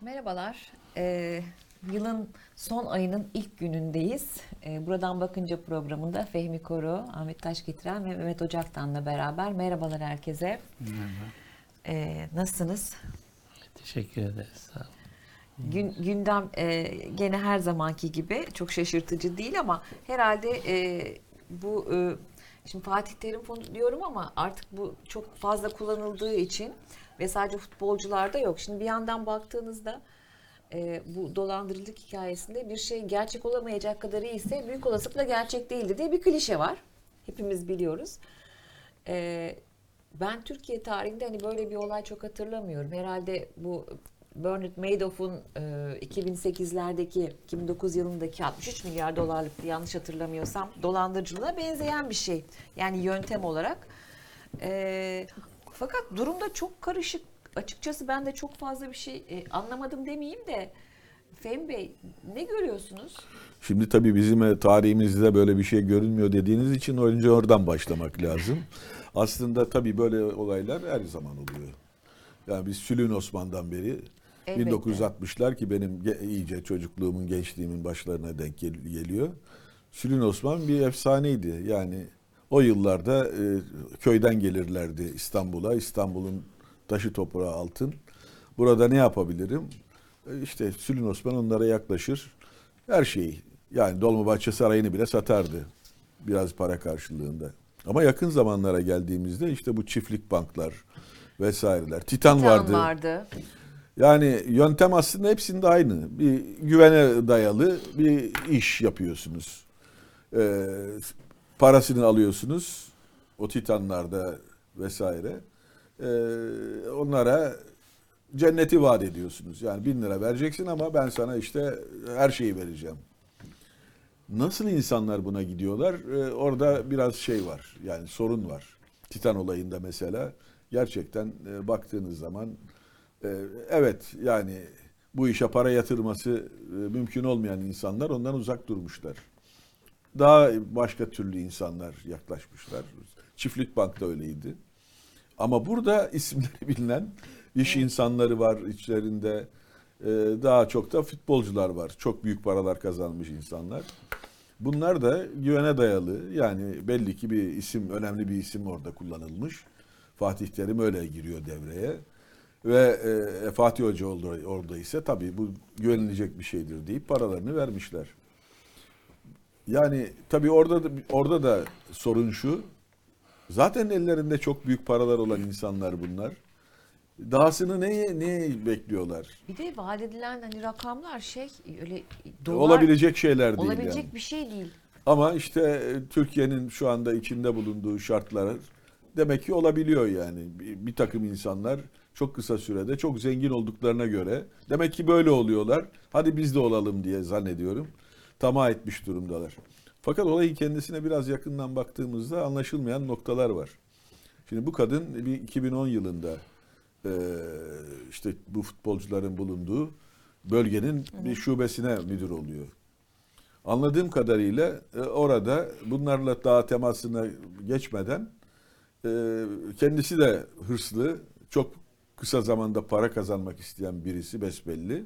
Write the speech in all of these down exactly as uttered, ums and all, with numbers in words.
Merhabalar. Ee, yılın son ayının ilk günündeyiz. Ee, Buradan Bakınca programında Fehmi Koru, Ahmet Taşgetiren ve Mehmet Ocaktan'la beraber. Merhabalar herkese. Merhaba. Ee, nasılsınız? Teşekkür ederiz. Sağ olun. Gün, gündem e, gene her zamanki gibi çok şaşırtıcı değil ama herhalde e, bu e, şimdi Fatih Terim Fonu diyorum ama artık bu çok fazla kullanıldığı için ve sadece futbolcularda yok. Şimdi bir yandan baktığınızda e, bu dolandırıcılık hikayesinde bir şey gerçek olamayacak kadar iyiyse büyük olasılıkla gerçek değildi diye bir klişe var. Hepimiz biliyoruz. E, Ben Türkiye tarihinde hani böyle bir olay çok hatırlamıyorum. Herhalde bu Bernard Madoff'un e, iki bin sekizlerdeki iki bin dokuz yılındaki altmış üç milyar dolarlık yanlış hatırlamıyorsam dolandırıcılığa benzeyen bir şey. Yani yöntem olarak. E, Fakat durumda çok karışık. Açıkçası ben de çok fazla bir şey e, anlamadım demeyeyim de Fehmi Bey ne görüyorsunuz? Şimdi tabii bizim e, tarihimizde böyle bir şey görünmüyor dediğiniz için önce oradan başlamak lazım. Aslında tabii böyle olaylar her zaman oluyor. Yani biz Sülün Osman'dan beri Elbette. bin dokuz yüz altmışlar ki benim ge- iyice çocukluğumun, gençliğimin başlarına denk gel- geliyor. Sülün Osman bir efsaneydi. Yani o yıllarda e, köyden gelirlerdi İstanbul'a. İstanbul'un taşı toprağı altın. Burada ne yapabilirim? E, İşte Sülün Osman onlara yaklaşır. Her şeyi, yani Dolmabahçe Sarayı'nı bile satardı biraz para karşılığında. Ama yakın zamanlara geldiğimizde işte bu çiftlik banklar vesaireler. Titan Titan vardı. vardı. Yani yöntem aslında hepsinde aynı. Bir güvene dayalı bir iş yapıyorsunuz. Ee, Parasını alıyorsunuz. O titanlarda vesaire. Ee, Onlara cenneti vaat ediyorsunuz. Yani bin lira vereceksin ama ben sana işte her şeyi vereceğim. Nasıl insanlar buna gidiyorlar? Ee, orada biraz şey var. Yani sorun var. Titan olayında mesela gerçekten e, baktığınız zaman e, evet yani bu işe para yatırması e, mümkün olmayan insanlar ondan uzak durmuşlar. Daha başka türlü insanlar yaklaşmışlar. Çiftlik Bank'ta öyleydi. Ama burada isimleri bilinen iş Evet. insanları var içlerinde. Ee, Daha çok da futbolcular var. Çok büyük paralar kazanmış insanlar. Bunlar da güvene dayalı. Yani belli ki bir isim, önemli bir isim orada kullanılmış. Fatih Terim öyle giriyor devreye. Ve e, Fatih Hoca oldu, orada ise tabii bu güvenilecek bir şeydir deyip paralarını vermişler. Yani tabii orada da, orada da sorun şu. Zaten ellerinde çok büyük paralar olan insanlar bunlar. Dahasını neye, neye bekliyorlar? Bir de vaat edilen hani rakamlar şey öyle dolar Olabilecek şeyler değil yani. olabilecek bir şey değil. Ama işte e, Türkiye'nin şu anda içinde bulunduğu şartlar demek ki olabiliyor yani. Bir, bir takım insanlar çok kısa sürede çok zengin olduklarına göre demek ki böyle oluyorlar. Hadi biz de olalım diye zannediyorum. Tamah etmiş durumdalar. Fakat olayın kendisine biraz yakından baktığımızda anlaşılmayan noktalar var. Şimdi bu kadın bir iki bin on yılında e, işte bu futbolcuların bulunduğu bölgenin bir şubesine müdür oluyor. Anladığım kadarıyla e, orada bunlarla daha temasına geçmeden e, kendisi de hırslı, çok kısa zamanda para kazanmak isteyen birisi besbelli.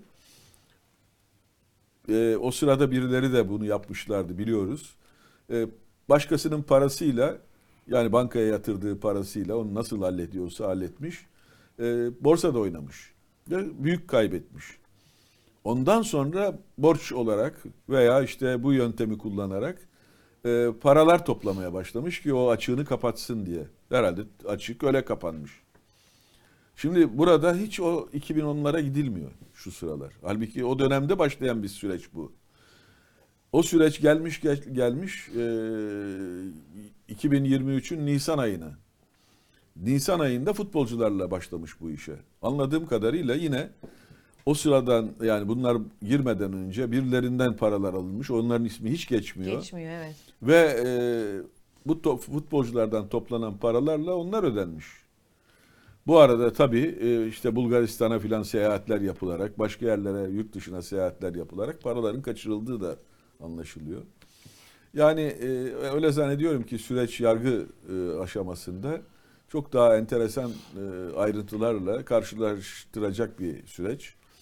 E, o sırada birileri de bunu yapmışlardı biliyoruz. E, Başkasının parasıyla yani bankaya yatırdığı parasıyla onu nasıl hallediyorsa halletmiş. E, borsada oynamış ve büyük kaybetmiş. Ondan sonra borç olarak veya işte bu yöntemi kullanarak e, paralar toplamaya başlamış ki o açığını kapatsın diye. Herhalde açık öyle kapanmış. Şimdi burada hiç o iki bin onlara gidilmiyor şu sıralar. Halbuki o dönemde başlayan bir süreç bu. O süreç gelmiş gel- gelmiş e, iki bin yirmi üçün Nisan ayına. Nisan ayında futbolcularla başlamış bu işe. Anladığım kadarıyla yine o sıradan yani bunlar girmeden önce birilerinden paralar alınmış. Onların ismi hiç geçmiyor. Geçmiyor evet. Ve e, bu to- futbolculardan toplanan paralarla onlar ödenmiş. Bu arada tabii e, işte Bulgaristan'a filan seyahatler yapılarak, başka yerlere, yurt dışına seyahatler yapılarak paraların kaçırıldığı da anlaşılıyor. Yani e, öyle zannediyorum ki süreç yargı e, aşamasında çok daha enteresan e, ayrıntılarla karşılaştıracak bir süreç.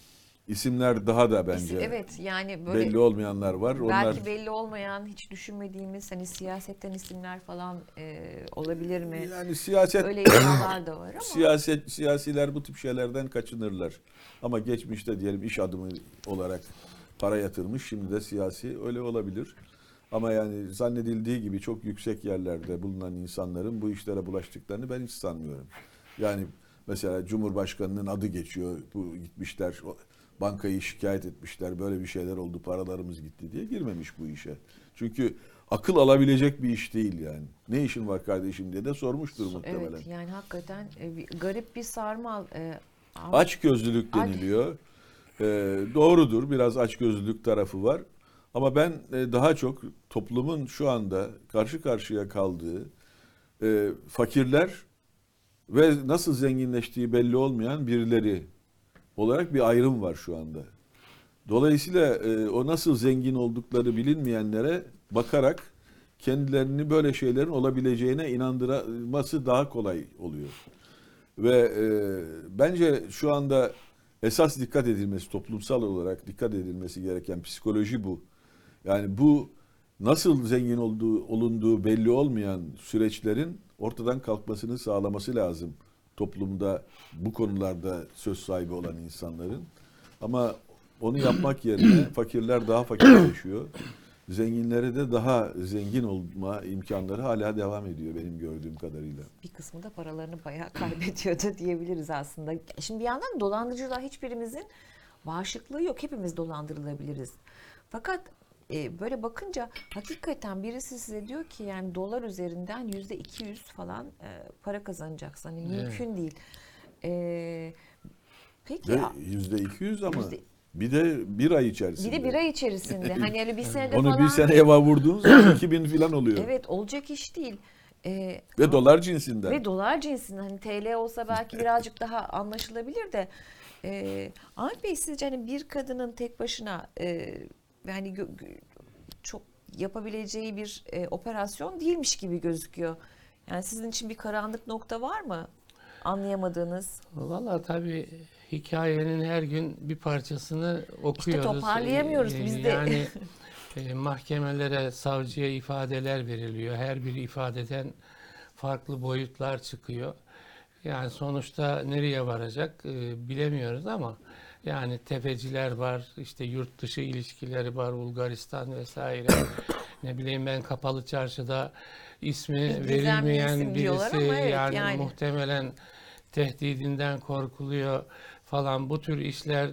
isimler daha da Biz- bence evet yani böyle belli olmayanlar var. Onlar belki belli olmayan, hiç düşünmediğimiz hani siyasetten isimler falan e, olabilir mi? yani siyaset Öyle iddialar da var ama siyaset siyasiler bu tip şeylerden kaçınırlar. Ama geçmişte diyelim iş adımı olarak para yatırmış, şimdi de siyasi öyle olabilir. Ama yani zannedildiği gibi çok yüksek yerlerde bulunan insanların bu işlere bulaştıklarını ben hiç sanmıyorum. Yani mesela Cumhurbaşkanı'nın adı geçiyor. Bu gitmişler o- bankayı şikayet etmişler. Böyle bir şeyler oldu, paralarımız gitti diye girmemiş bu işe. Çünkü akıl alabilecek bir iş değil yani. Ne işin var kardeşim diye de sormuştur muhtemelen. evet yani hakikaten e, bir- garip bir sarmal. E, ama- Açgözlülük Aç- deniliyor. Ee, doğrudur, biraz açgözlülük tarafı var. Ama ben e, daha çok toplumun şu anda karşı karşıya kaldığı e, fakirler ve nasıl zenginleştiği belli olmayan birileri olarak bir ayrım var şu anda. Dolayısıyla e, o nasıl zengin oldukları bilinmeyenlere bakarak kendilerini böyle şeylerin olabileceğine inandırması daha kolay oluyor. Ve e, bence şu anda esas dikkat edilmesi, toplumsal olarak dikkat edilmesi gereken psikoloji bu. Yani bu nasıl zengin olduğu, olunduğu belli olmayan süreçlerin ortadan kalkmasını sağlaması lazım toplumda bu konularda söz sahibi olan insanların. Ama onu yapmak yerine fakirler daha fakirleşiyor. Zenginlere de daha zengin olma imkanları hala devam ediyor benim gördüğüm kadarıyla. bir kısmı da paralarını bayağı kaybediyordu diyebiliriz aslında. Şimdi bir yandan dolandırıcılığa hiçbirimizin bağışıklığı yok. Hepimiz dolandırılabiliriz. Fakat e, böyle bakınca hakikaten birisi size diyor ki yani dolar üzerinden yüzde iki yüz falan e, para kazanacaksın. Hani mümkün değil. E, peki Ve yüzde iki yüz ama Yüzde- bir de bir ay içerisinde. bir de bir ay içerisinde hani öyle bir senede Onu falan. bir seneye vurduğunuz zaman iki bin falan oluyor. Evet, olacak iş değil. E, Ve ama- dolar cinsinden. Ve dolar cinsinden hani T L olsa belki birazcık daha anlaşılabilir de e, Ahmet Bey sizce hani bir kadının tek başına e, yani gö- gö- çok yapabileceği bir e, operasyon değilmiş gibi gözüküyor. Yani sizin için bir karanlık nokta var mı? Anlayamadığınız. Valla tabii hikayenin her gün bir parçasını okuyoruz. toparlayamıyoruz Ee, biz de. Yani e, mahkemelere, savcıya ifadeler veriliyor. Her bir ifadeden farklı boyutlar çıkıyor. Yani sonuçta nereye varacak e, bilemiyoruz ama yani tefeciler var, işte yurt dışı ilişkileri var, Bulgaristan vesaire. Ne bileyim ben Kapalı Çarşı'da ismi Bir gizemli verilmeyen isim diyorlar birisi ama evet, yani, yani. muhtemelen tehdidinden korkuluyor falan. Bu tür işler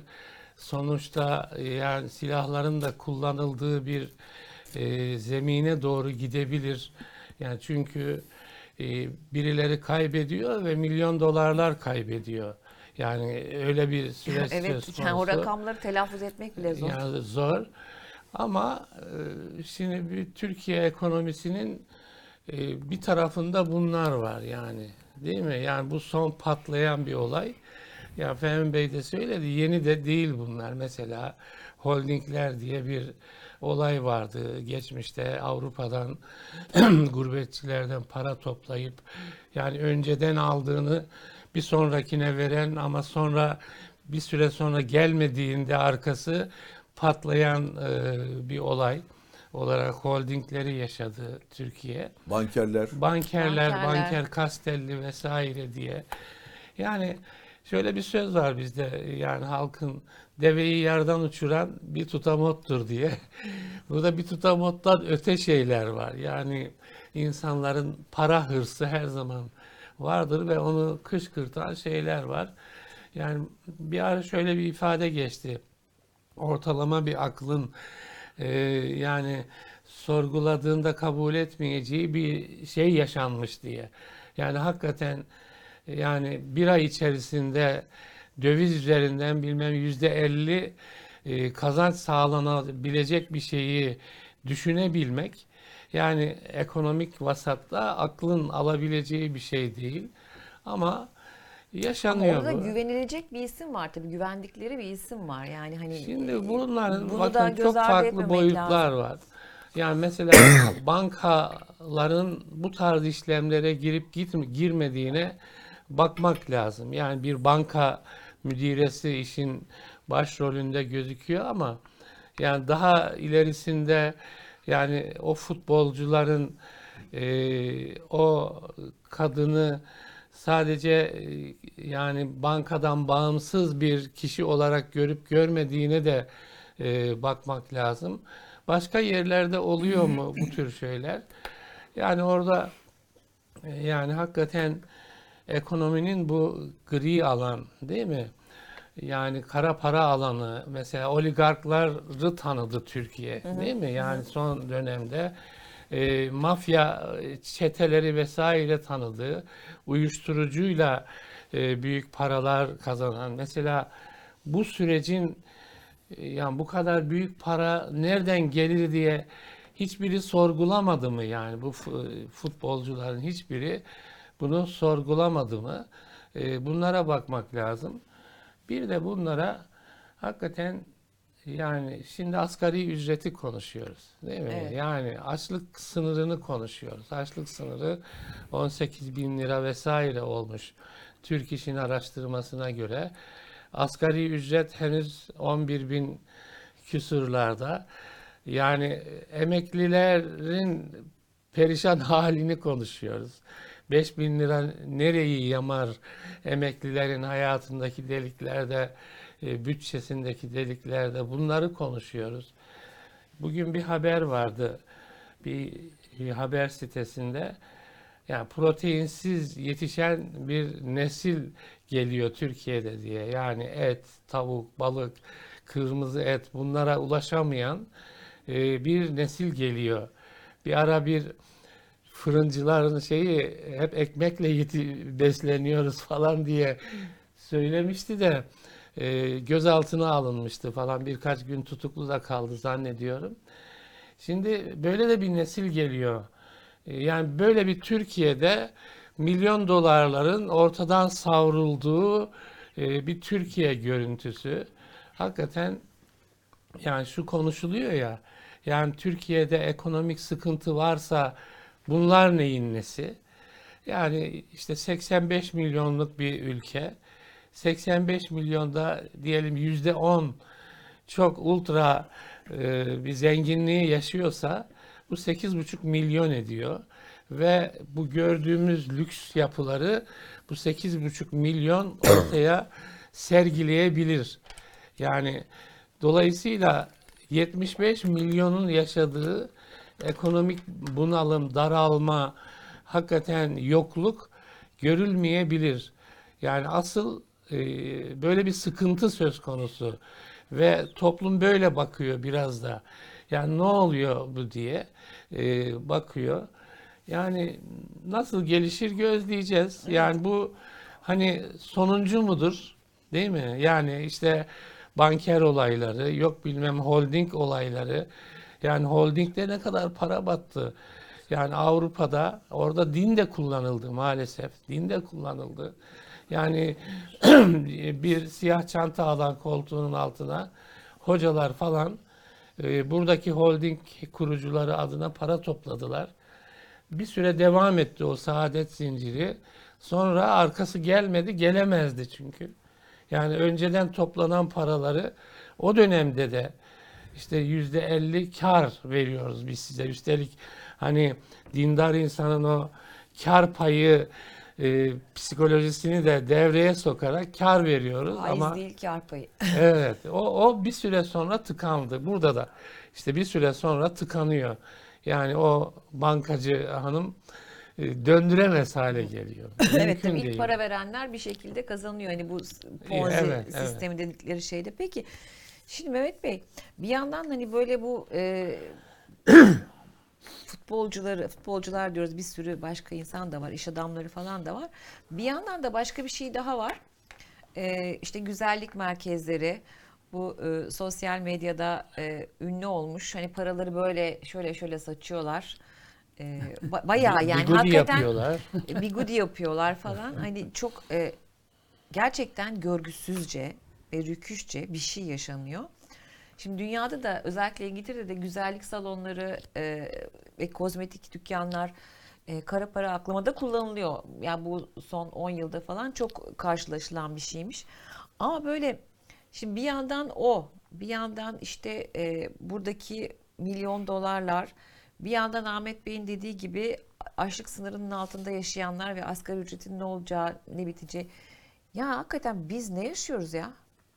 sonuçta e, yani silahların da kullanıldığı bir e, zemine doğru gidebilir. Yani çünkü e, birileri kaybediyor ve milyon dolarlar kaybediyor. Yani öyle bir süreç söz Evet, konusu. yani o rakamları telaffuz etmek bile zor. Yani zor. Ama e, şimdi bir Türkiye ekonomisinin e, bir tarafında bunlar var yani. Değil mi? Yani bu son patlayan bir olay. Ya Fehmi Bey de söyledi. Yeni de değil bunlar. Mesela holdingler diye bir olay vardı. Geçmişte Avrupa'dan gurbetçilerden para toplayıp yani önceden aldığını bir sonrakine veren ama sonra bir süre sonra gelmediğinde arkası patlayan e, bir olay olarak holdingleri yaşadı Türkiye. Bankerler. Bankerler, Bankerler. banker Kastelli vesaire diye. Yani şöyle bir söz var bizde yani halkın deveyi yerden uçuran bir tutamottur diye. Burada bir tutamottan öte şeyler var. Yani insanların para hırsı her zaman vardır ve onu kışkırtan şeyler var. Yani bir ara şöyle bir ifade geçti. Ortalama bir aklın e, yani sorguladığında kabul etmeyeceği bir şey yaşanmış diye. Yani hakikaten yani bir ay içerisinde döviz üzerinden bilmem yüzde elli e, kazanç sağlanabilecek bir şeyi düşünebilmek yani ekonomik vasatta aklın alabileceği bir şey değil. Ama Ama yaşanıyor orada bu. güvenilecek bir isim var tabii. Güvendikleri bir isim var. Yani hani Şimdi bunların bunu da bakın göz çok ardı farklı etmemek boyutlar lazım. var. Yani mesela bankaların bu tarz işlemlere girip gitme, girmediğine bakmak lazım. Yani bir banka müdiresi işin başrolünde gözüküyor ama yani daha ilerisinde yani o futbolcuların e, o kadını sadece e, yani bankadan bağımsız bir kişi olarak görüp görmediğine de e, bakmak lazım. Başka yerlerde oluyor mu bu tür şeyler? Yani orada e, yani hakikaten ekonominin bu gri alan değil mi? Yani kara para alanı mesela oligarkları tanıdı Türkiye değil mi? Yani son dönemde e, mafya çeteleri vesaire tanıdı. Uyuşturucuyla e, büyük paralar kazanan. Mesela bu sürecin e, yani bu kadar büyük para nereden gelir diye hiçbiri sorgulamadı mı yani bu futbolcuların hiçbiri bunu sorgulamadı mı? E, bunlara bakmak lazım. Bir de bunlara hakikaten yani şimdi asgari ücreti konuşuyoruz değil mi? Evet. Yani açlık sınırını konuşuyoruz. Açlık sınırı on sekiz bin lira vesaire olmuş. Türk İş'in araştırmasına göre asgari ücret henüz on bir bin küsurlarda. Yani emeklilerin perişan halini konuşuyoruz. beş bin lira nereyi yamar emeklilerin hayatındaki deliklerde, e, bütçesindeki deliklerde bunları konuşuyoruz. Bugün bir haber vardı bir, bir haber sitesinde. Yani proteinsiz yetişen bir nesil geliyor Türkiye'de diye. Yani et, tavuk, balık, kırmızı et bunlara ulaşamayan e, bir nesil geliyor. Bir ara bir fırıncıların şeyi hep ekmekle yeti, besleniyoruz falan diye söylemişti de e, gözaltına alınmıştı falan birkaç gün tutuklu da kaldı zannediyorum. Şimdi böyle de bir nesil geliyor. E, yani böyle bir Türkiye'de milyon dolarların ortadan savrulduğu e, bir Türkiye görüntüsü. Hakikaten yani şu konuşuluyor ya yani Türkiye'de ekonomik sıkıntı varsa bunlar neyin nesi? Yani işte seksen beş milyonluk bir ülke. seksen beş milyonda diyelim yüzde on çok ultra e, bir zenginliği yaşıyorsa bu sekiz buçuk milyon ediyor. Ve bu gördüğümüz lüks yapıları bu sekiz buçuk milyon ortaya sergileyebilir. Yani dolayısıyla yetmiş beş milyonun yaşadığı ekonomik bunalım, daralma, hakikaten yokluk görülmeyebilir. Yani asıl e, böyle bir sıkıntı söz konusu ve toplum böyle bakıyor biraz da. Yani ne oluyor bu diye e, bakıyor. Yani nasıl gelişir gözleyeceğiz. Yani bu hani sonuncu mudur? Değil mi? Yani işte banker olayları, yok bilmem holding olayları. Yani holdingde ne kadar para battı. Yani Avrupa'da orada din de kullanıldı maalesef. Din de kullanıldı. Yani bir siyah çanta alan koltuğunun altına hocalar falan e, buradaki holding kurucuları adına para topladılar. Bir süre devam etti o saadet zinciri. Sonra arkası gelmedi, gelemezdi çünkü. Yani önceden toplanan paraları o dönemde de işte yüzde elli kar veriyoruz biz size. Üstelik hani dindar insanın o kar payı e, psikolojisini de devreye sokarak kar veriyoruz. Faiz ama değil kar payı. evet o, o bir süre sonra tıkandı. Burada da işte bir süre sonra tıkanıyor. Yani o bankacı hanım e, döndüremez hale geliyor. Evet Mümkün tabii ilk değil. para verenler bir şekilde kazanıyor. Hani bu Ponzi Evet, evet. sistemi dedikleri şeyde. Peki şimdi Mehmet Bey bir yandan hani böyle bu e, futbolcuları, futbolcular diyoruz bir sürü başka insan da var, iş adamları falan da var. Bir yandan da başka bir şey daha var. E, işte güzellik merkezleri. Bu e, sosyal medyada e, ünlü olmuş. Hani paraları böyle şöyle şöyle saçıyorlar. E, ba- bayağı yani Bigudi hakikaten yapıyorlar. e, bigudi yapıyorlar falan. Hani çok e, gerçekten görgüsüzce ve rüküşçe bir şey yaşanıyor. Şimdi dünyada da özellikle İngiltere'de güzellik salonları e, ve kozmetik dükkanlar e, kara para aklamada kullanılıyor. Yani bu son on yılda falan çok karşılaşılan bir şeymiş. Ama böyle Şimdi bir yandan o, bir yandan işte e, buradaki milyon dolarlar, bir yandan Ahmet Bey'in dediği gibi açlık sınırının altında yaşayanlar ve asgari ücretin ne olacağı, ne biteceği. Ya hakikaten biz ne yaşıyoruz ya?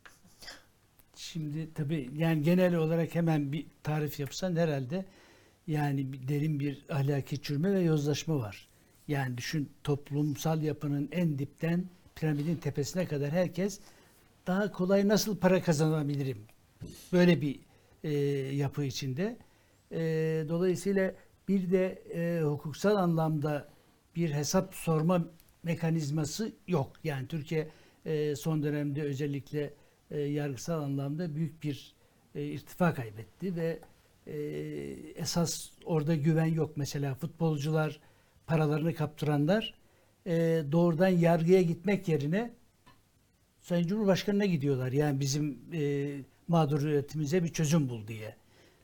Şimdi tabii yani genel olarak hemen bir tarif yapsan herhalde yani bir derin bir ahlaki çürüme ve yozlaşma var. Yani düşün, toplumsal yapının en dipten piramidin tepesine kadar herkes daha kolay nasıl para kazanabilirim? Böyle bir e, yapı içinde. E, dolayısıyla bir de e, hukuksal anlamda bir hesap sorma mekanizması yok. Yani Türkiye e, son dönemde özellikle e, yargısal anlamda büyük bir e, irtifa kaybetti ve e, esas orada güven yok. Mesela futbolcular, paralarını kaptıranlar e, doğrudan yargıya gitmek yerine Sayın Cumhurbaşkanı'na gidiyorlar. Yani bizim e, mağduriyetimize bir çözüm bul diye.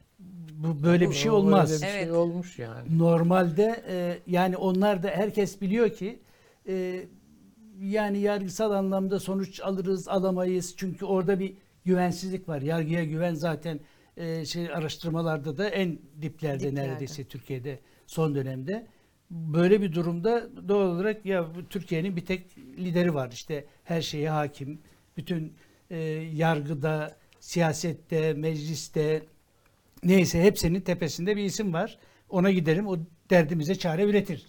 Bu böyle bir şey O- o olmaz. Öyle bir şey Evet. olmuş yani. Normalde e, yani onlar da herkes biliyor ki e, yani yargısal anlamda sonuç alırız alamayız. Çünkü orada bir güvensizlik var. Yargıya güven zaten e, şey araştırmalarda da en diplerde, Diplerde. neredeyse Türkiye'de son dönemde. Böyle bir durumda doğal olarak ya bu Türkiye'nin bir tek lideri var. İşte her şeye hakim. Bütün e, yargıda, siyasette, mecliste neyse hepsinin tepesinde bir isim var. Ona giderim, o derdimize çare üretir.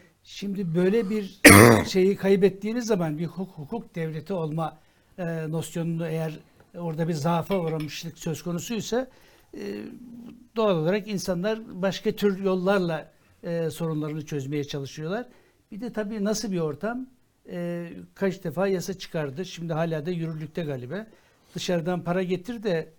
Şimdi böyle bir şeyi kaybettiğiniz zaman bir hukuk, hukuk devleti olma e, nosyonunu eğer orada bir zaafa uğramışlık söz konusuysa e, doğal olarak insanlar başka tür yollarla e, sorunlarını çözmeye çalışıyorlar. Bir de tabii nasıl bir ortam? E, kaç defa yasa çıkardı. Şimdi hala da yürürlükte galiba. Dışarıdan para getir de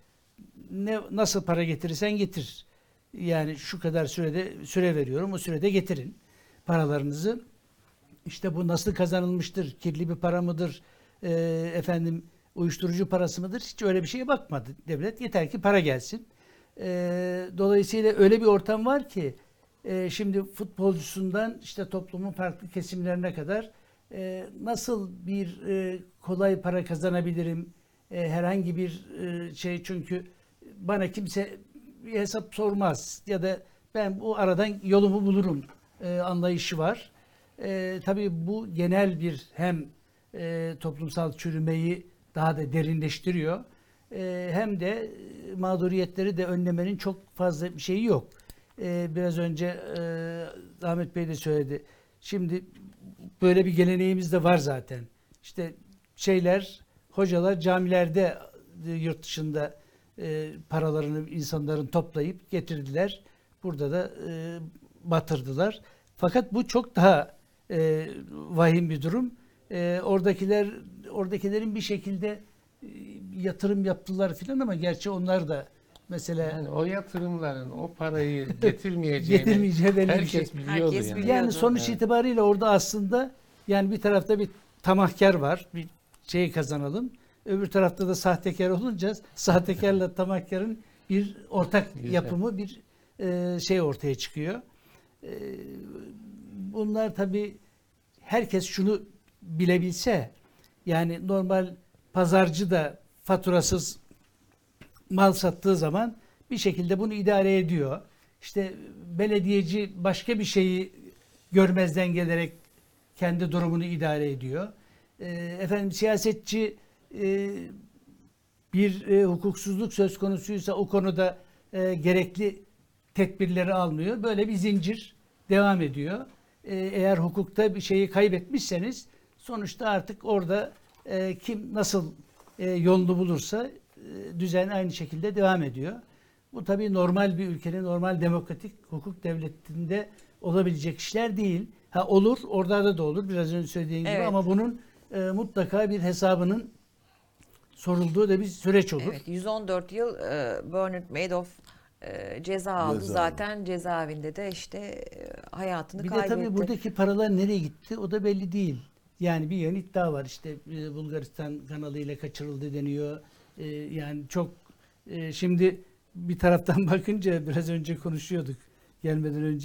ne nasıl para getirirsen getir. Yani şu kadar sürede süre veriyorum. O sürede getirin paralarınızı. İşte bu nasıl kazanılmıştır? Kirli bir para mıdır? E, efendim uyuşturucu parası mıdır? Hiç öyle bir şeye bakmadı devlet. Yeter ki para gelsin. E, dolayısıyla öyle bir ortam var ki e, şimdi futbolcusundan işte toplumun farklı kesimlerine kadar e, nasıl bir e, kolay para kazanabilirim? E, herhangi bir e, şey, çünkü bana kimse bir hesap sormaz ya da ben bu aradan yolumu bulurum e, anlayışı var. E, tabii bu genel bir hem e, toplumsal çürümeyi daha da derinleştiriyor. E, hem de e, mağduriyetleri de önlemenin çok fazla bir şeyi yok. E, biraz önce e, Ahmet Bey de söyledi. Şimdi böyle bir geleneğimiz de var zaten. İşte şeyler, hocalar camilerde e, yurt dışında e, paralarını insanların toplayıp getirdiler. Burada da e, batırdılar. Fakat bu çok daha e, vahim bir durum. E, oradakiler, oradakilerin bir şekilde e, yatırım yaptılar filan ama gerçi onlar da mesela Yani o yatırımların o parayı getirmeyeceğini getirmeyeceği belli bir herkes şey. biliyordu Herkes yani. biliyor. Yani Biliyordu. sonuç Evet. itibariyle orada aslında yani bir tarafta bir tamahkar var. Bir şey kazanalım. Öbür tarafta da sahtekar olunca sahtekarla tamahkarın bir ortak Güzel. yapımı, bir e, şey ortaya çıkıyor. E, bunlar tabii herkes şunu bilebilse, yani normal pazarcı da faturasız mal sattığı zaman bir şekilde bunu idare ediyor. İşte belediyeci başka bir şeyi görmezden gelerek kendi durumunu idare ediyor. E, efendim siyasetçi e, bir e, hukuksuzluk söz konusuysa o konuda e, gerekli tedbirleri almıyor. Böyle bir zincir devam ediyor. E, eğer hukukta bir şeyi kaybetmişseniz sonuçta artık orada e, kim nasıl e, yolunu bulursa e, düzen aynı şekilde devam ediyor. Bu tabii normal bir ülkenin, normal demokratik hukuk devletinde olabilecek işler değil. Ha olur, orada da olur biraz önce söylediğim gibi, Evet. ama bunun e, mutlaka bir hesabının sorulduğu da bir süreç olur. Evet, yüz on dört yıl e, Bernard Madoff e, ceza aldı. Ceza Zaten cezaevinde de işte e, hayatını Bir de kaybetti. tabii buradaki paralar nereye gitti o da belli değil. Yani bir yön iddia var, işte e, Bulgaristan kanalıyla kaçırıldı deniyor. E, yani çok e, şimdi bir taraftan bakınca biraz önce konuşuyorduk gelmeden önce.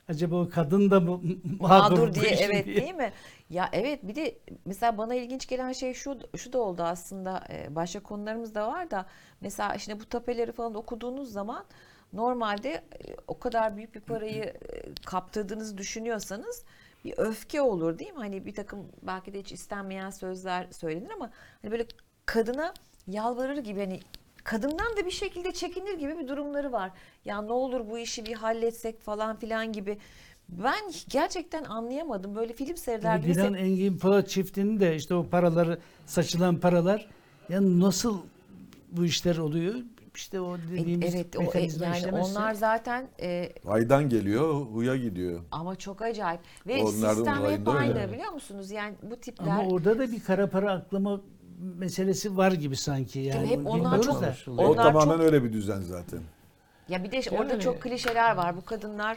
acaba o kadın da mı mağdur mağdur bu diye, işin evet, diye. değil mi? Ya evet, bir de mesela bana ilginç gelen şey şu şu da oldu aslında, e, başka konularımız da var da, mesela şimdi bu tapeleri falan okuduğunuz zaman normalde e, o kadar büyük bir parayı e, kaptırdığınızı düşünüyorsanız bir öfke olur, değil mi? Hani bir takım belki de hiç istenmeyen sözler söylenir ama hani böyle kadına yalvarır gibi, hani kadından da bir şekilde çekinir gibi bir durumları var. Ya ne olur bu işi bir halletsek falan filan gibi. Ben gerçekten anlayamadım. Böyle film seyreder Bu gibi. Dilan se- Engin Polat çiftinin de işte o paraları, saçılan paralar, ya nasıl bu işler oluyor? İşte o E, dediğimiz evet, o e, mekanizma yani işlemezse onlar zaten e, Aydan geliyor, huya gidiyor. ama çok acayip ve Onların sistem hep olayında aynı, öyle. biliyor musunuz? Yani bu tipler ama orada da bir kara para aklama meselesi var gibi sanki, yani hep onu onlar bilmiyoruz çok- da. konuşuluyor. O onlar tamamen çok- öyle bir düzen zaten. ya bir de orada Yani- çok klişeler var. Bu kadınlar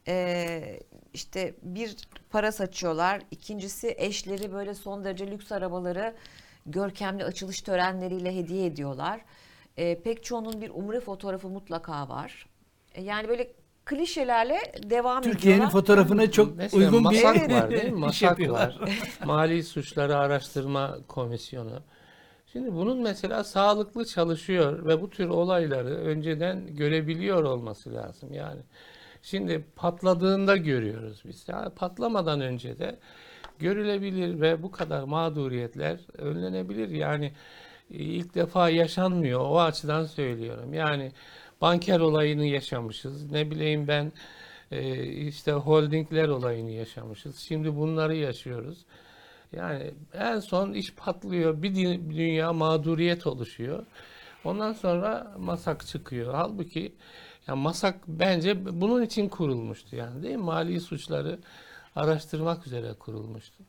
e, işte bir para saçıyorlar. İkincisi eşleri böyle son derece lüks arabaları görkemli açılış törenleriyle hediye ediyorlar. E, pek çoğunun bir umre fotoğrafı mutlaka var. E, yani böyle klişelerle devam Türkiye'nin ediyorlar. fotoğrafına çok Mesela uygun bir MASAK var değil mi? iş MASAK yapıyorlar. var. Mali Suçları Araştırma Komisyonu. Şimdi bunun mesela sağlıklı çalışıyor ve bu tür olayları önceden görebiliyor olması lazım. Yani şimdi patladığında görüyoruz biz. Yani patlamadan önce de görülebilir ve bu kadar mağduriyetler önlenebilir. Yani ilk defa yaşanmıyor. O açıdan söylüyorum. Yani banker olayını yaşamışız. Ne bileyim ben e, işte holdingler olayını yaşamışız. Şimdi bunları yaşıyoruz. Yani en son iş patlıyor. Bir dü- dünya mağduriyet oluşuyor. Ondan sonra MASAK çıkıyor. Halbuki ya MASAK bence bunun için kurulmuştu, yani değil mi? Mali suçları araştırmak üzere kurulmuştu.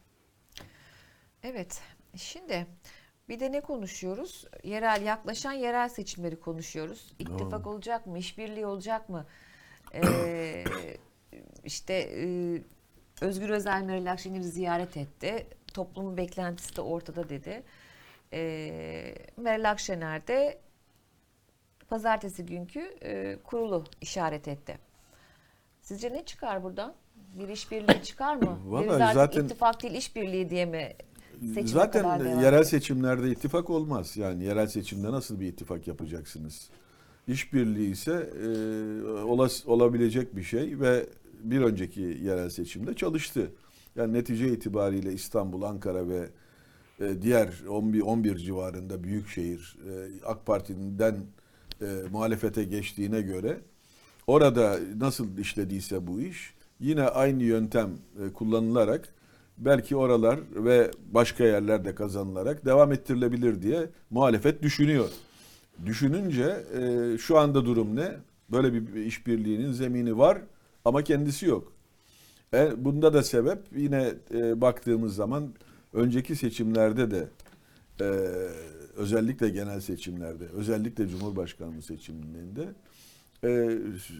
Evet. Şimdi bir de ne konuşuyoruz? Yerel, yaklaşan yerel seçimleri konuşuyoruz. İttifak olacak mı? İşbirliği olacak mı? Ee, işte e, Özgür Özel Meral Akşener'i ziyaret etti. Toplumun beklentisi de ortada dedi. Ee, Meral Akşener de pazartesi günkü e, kurulu işaret etti. Sizce ne çıkar buradan? Bir işbirliği çıkar mı? Vallahi Deriz artık zaten- ittifak değil işbirliği diye mi seçime Zaten kadar devam yerel edecek? seçimlerde ittifak olmaz. Yani yerel seçimde nasıl bir ittifak yapacaksınız? İşbirliği ise e, olas, olabilecek bir şey ve bir önceki yerel seçimde çalıştı. Yani netice itibariyle İstanbul, Ankara ve e, diğer on bir on bir civarında büyükşehir e, AK Parti'den e, muhalefete geçtiğine göre orada nasıl işlediyse bu iş yine aynı yöntem e, kullanılarak belki oralar ve başka yerlerde kazanılarak devam ettirilebilir diye muhalefet düşünüyor. Düşününce e, şu anda durum ne? Böyle bir işbirliğinin zemini var ama kendisi yok. E, bunda da sebep yine e, baktığımız zaman önceki seçimlerde de e, özellikle genel seçimlerde, özellikle Cumhurbaşkanlığı seçimlerinde e,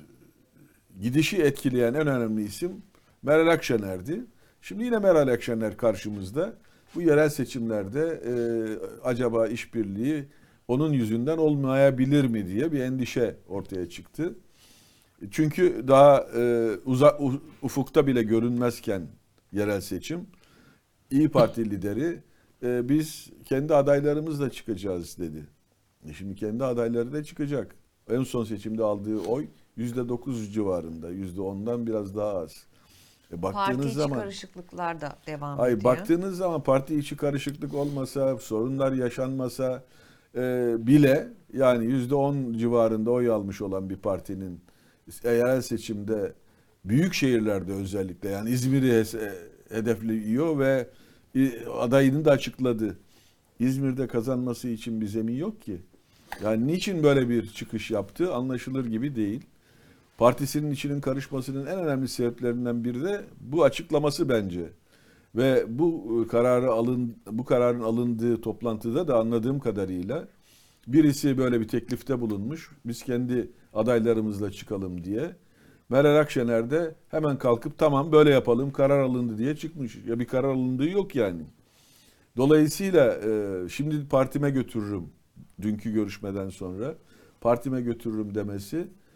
gidişi etkileyen en önemli isim Meral Akşener'di. Şimdi yine Meral Akşener karşımızda. Bu yerel seçimlerde e, acaba işbirliği onun yüzünden olmayabilir mi diye bir endişe ortaya çıktı. Çünkü daha e, uzak ufukta bile görünmezken yerel seçim, İyi Parti lideri e, biz kendi adaylarımızla çıkacağız dedi. E şimdi kendi adayları da çıkacak. En son seçimde aldığı oy yüzde dokuz civarında, yüzde ondan biraz daha az. E baktığınız Parti içi zaman, karışıklıklar da devam hayır, ediyor. baktığınız zaman parti içi karışıklık olmasa, sorunlar yaşanmasa e, bile yani yüzde on civarında oy almış olan bir partinin yerel seçimde büyük şehirlerde özellikle yani İzmir'i hes- hedefliyor ve adayını da açıkladı. İzmir'de kazanması için bir zemin yok ki. Yani niçin böyle bir çıkış yaptı anlaşılır gibi değil. Partisinin içinin karışmasının en önemli sebeplerinden biri de bu açıklaması bence. Ve bu kararı alın bu kararın alındığı toplantıda da anladığım kadarıyla birisi böyle bir teklifte bulunmuş. Biz kendi adaylarımızla çıkalım diye. Meral Akşener de hemen kalkıp tamam böyle yapalım karar alındı diye çıkmış. Ya bir karar alındığı yok yani. Dolayısıyla e, şimdi partime götürürüm dünkü görüşmeden sonra partime götürürüm demesi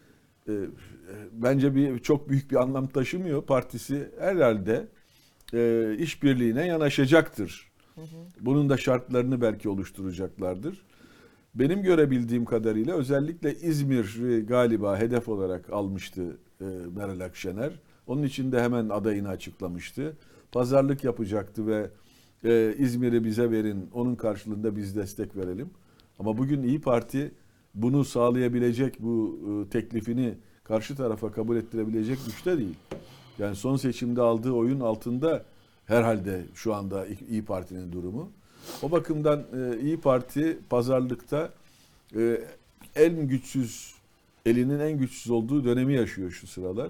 e, bence bir çok büyük bir anlam taşımıyor. Partisi herhalde e, işbirliğine yanaşacaktır. Hı hı. Bunun da şartlarını belki oluşturacaklardır. Benim görebildiğim kadarıyla özellikle İzmir galiba hedef olarak almıştı e, Meral Akşener. Onun için de hemen adayını açıklamıştı. Pazarlık yapacaktı ve e, İzmir'i bize verin, onun karşılığında biz destek verelim. Ama bugün İyi Parti bunu sağlayabilecek, bu e, teklifini karşı tarafa kabul ettirebilecek güçte değil. Yani son seçimde aldığı oyun altında herhalde şu anda İyi Parti'nin durumu. O bakımdan e, İyi Parti pazarlıkta e, en güçsüz, elinin en güçsüz olduğu dönemi yaşıyor şu sıralar.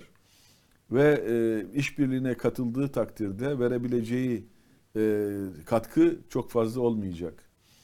Ve e, işbirliğine katıldığı takdirde verebileceği e, katkı çok fazla olmayacak.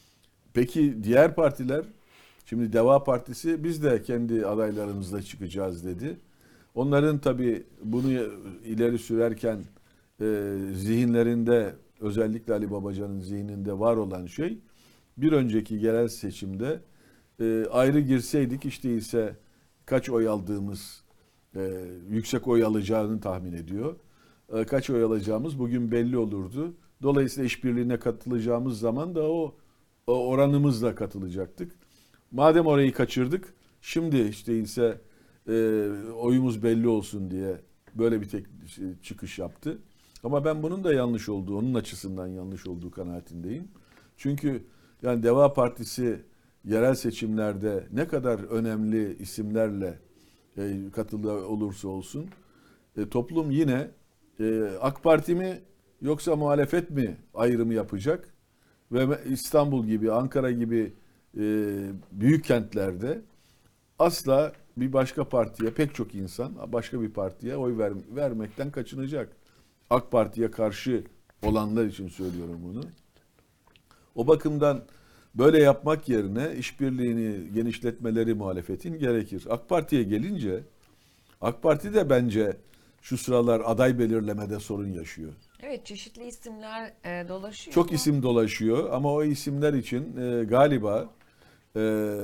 Peki diğer partiler, şimdi Deva Partisi biz de kendi adaylarımızla çıkacağız dedi. Onların tabii bunu ileri sürerken e, zihinlerinde, özellikle Ali Babacan'ın zihninde var olan şey, bir önceki yerel seçimde e, ayrı girseydik hiç değilse kaç oy aldığımız, e, yüksek oy alacağını tahmin ediyor. E, kaç oy alacağımız bugün belli olurdu. Dolayısıyla işbirliğine katılacağımız zaman da o, o oranımızla katılacaktık. Madem orayı kaçırdık, şimdi hiç değilse e, oyumuz belli olsun diye böyle bir tek çıkış yaptı. Ama ben bunun da yanlış olduğu, onun açısından yanlış olduğu kanaatindeyim. Çünkü yani Deva Partisi yerel seçimlerde ne kadar önemli isimlerle e, katılı olursa olsun, e, toplum yine e, AK Parti mi yoksa muhalefet mi ayrımı yapacak ve İstanbul gibi, Ankara gibi e, büyük kentlerde asla bir başka partiye, pek çok insan başka bir partiye oy ver, vermekten kaçınacak. AK Parti'ye karşı olanlar için söylüyorum bunu. O bakımdan böyle yapmak yerine işbirliğini genişletmeleri muhalefetin gerekir. AK Parti'ye gelince, AK Parti de bence şu sıralar aday belirlemede sorun yaşıyor. Evet, çeşitli isimler e, dolaşıyor. Çok ama- isim dolaşıyor ama o isimler için e, galiba e,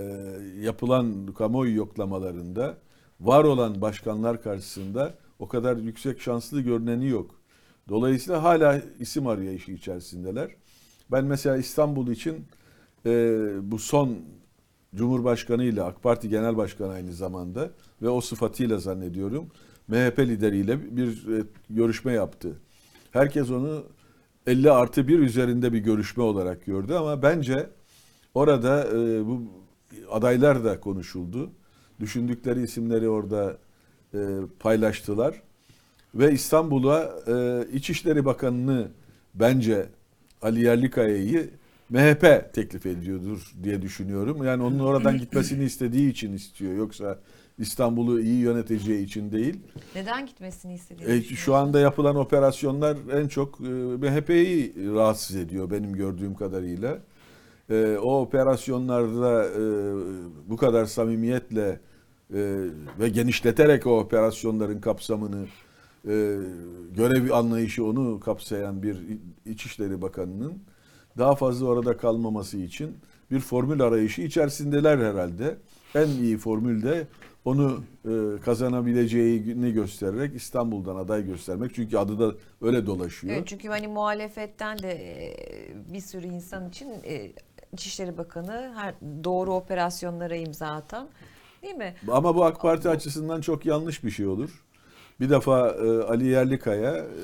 yapılan kamuoyu yoklamalarında var olan başkanlar karşısında o kadar yüksek şanslı görüneni yok. Dolayısıyla hala isim arayışı içerisindeler. Ben mesela İstanbul için e, bu son Cumhurbaşkanı ile AK Parti Genel Başkanı aynı zamanda ve o sıfatıyla zannediyorum M H P lideriyle bir e, görüşme yaptı. Herkes onu elli artı bir üzerinde bir görüşme olarak gördü ama bence orada e, bu adaylar da konuşuldu. Düşündükleri isimleri orada e, paylaştılar. Ve İstanbul'a e, İçişleri Bakanı'nı bence Ali Yerlikaya'yı M H P teklif ediyordur diye düşünüyorum. Yani onun oradan gitmesini istediği için istiyor. Yoksa İstanbul'u iyi yöneteceği için değil. Neden gitmesini istediğini E, düşünüyorsun? şu anda yapılan operasyonlar en çok e, M H P'yi rahatsız ediyor benim gördüğüm kadarıyla. E, o operasyonlarda e, bu kadar samimiyetle e, ve genişleterek o operasyonların kapsamını, e, görev anlayışı onu kapsayan bir İçişleri Bakanı'nın daha fazla orada kalmaması için bir formül arayışı içerisindeler herhalde. En iyi formül de onu e, kazanabileceğini göstererek İstanbul'dan aday göstermek. Çünkü adı da öyle dolaşıyor. Evet, çünkü hani muhalefetten de e, bir sürü insan için e, İçişleri Bakanı her doğru operasyonlara imza atan, değil mi? Ama bu AK Parti açısından çok yanlış bir şey olur. Bir defa e, Ali Yerlikaya e,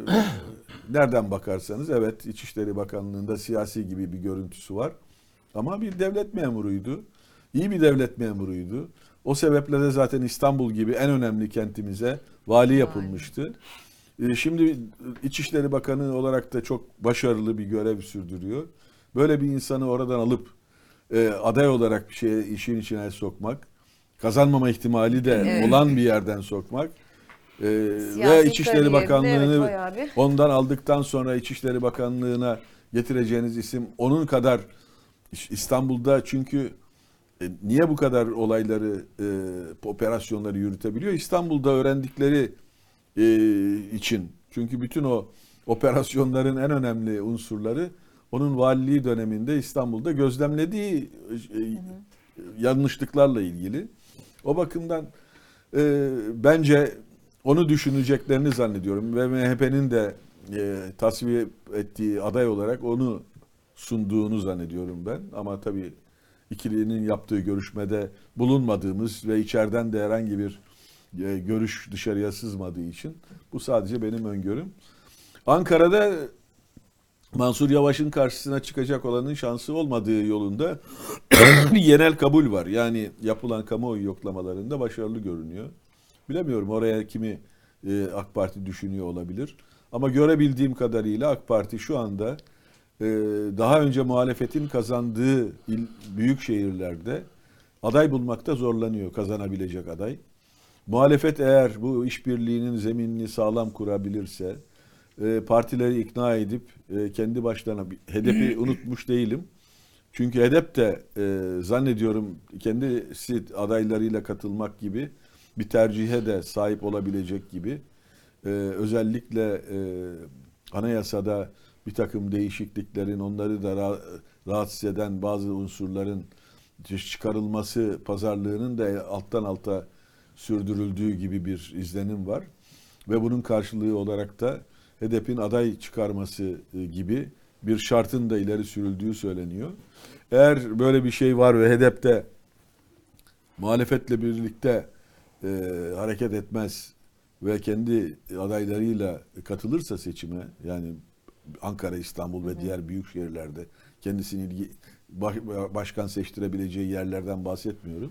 nereden bakarsanız evet İçişleri Bakanlığı'nda siyasi gibi bir görüntüsü var. Ama bir devlet memuruydu. İyi bir devlet memuruydu. O sebeple de zaten İstanbul gibi en önemli kentimize vali yapılmıştı. E, şimdi İçişleri Bakanı olarak da çok başarılı bir görev sürdürüyor. Böyle bir insanı oradan alıp e, aday olarak bir şeye, işin içine sokmak, kazanmama ihtimali de Evet. olan bir yerden sokmak e, Siyasi ve İçişleri kariyerini, Bakanlığı'nı evet, Koy abi. ondan aldıktan sonra İçişleri Bakanlığı'na getireceğiniz isim onun kadar İstanbul'da çünkü e, niye bu kadar olayları, e, operasyonları yürütebiliyor? İstanbul'da öğrendikleri e, için. Çünkü bütün o operasyonların en önemli unsurları onun valiliği döneminde İstanbul'da gözlemlediği e, yanlışlıklarla ilgili. O bakımdan e, bence onu düşüneceklerini zannediyorum ve M H P'nin de e, tasfiye ettiği aday olarak onu sunduğunu zannediyorum ben. Ama tabii ikilinin yaptığı görüşmede bulunmadığımız ve içeriden de herhangi bir e, görüş dışarıya sızmadığı için bu sadece benim öngörüm. Ankara'da Mansur Yavaş'ın karşısına çıkacak olanın şansı olmadığı yolunda bir genel kabul var. Yani yapılan kamuoyu yoklamalarında başarılı görünüyor. Bilemiyorum oraya kimi e, AK Parti düşünüyor olabilir. Ama görebildiğim kadarıyla AK Parti şu anda e, daha önce muhalefetin kazandığı il, büyük şehirlerde aday bulmakta zorlanıyor, kazanabilecek aday. Muhalefet eğer bu işbirliğinin zeminini sağlam kurabilirse, e, partileri ikna edip e, kendi başlarına, H D P'yi unutmuş değilim. Çünkü H D P de e, zannediyorum kendisi adaylarıyla katılmak gibi bir tercihe de sahip olabilecek gibi. E, özellikle e, anayasada bir takım değişikliklerin, onları da ra- rahatsız eden bazı unsurların çıkarılması pazarlığının da alttan alta sürdürüldüğü gibi bir izlenim var. Ve bunun karşılığı olarak da H D P'nin aday çıkarması gibi bir şartın da ileri sürüldüğü söyleniyor. Eğer böyle bir şey var ve H D P'de muhalefetle birlikte e, hareket etmez ve kendi adaylarıyla katılırsa seçime, yani Ankara, İstanbul ve diğer büyük şehirlerde kendisini ilgi, baş, başkan seçtirebileceği yerlerden bahsetmiyorum.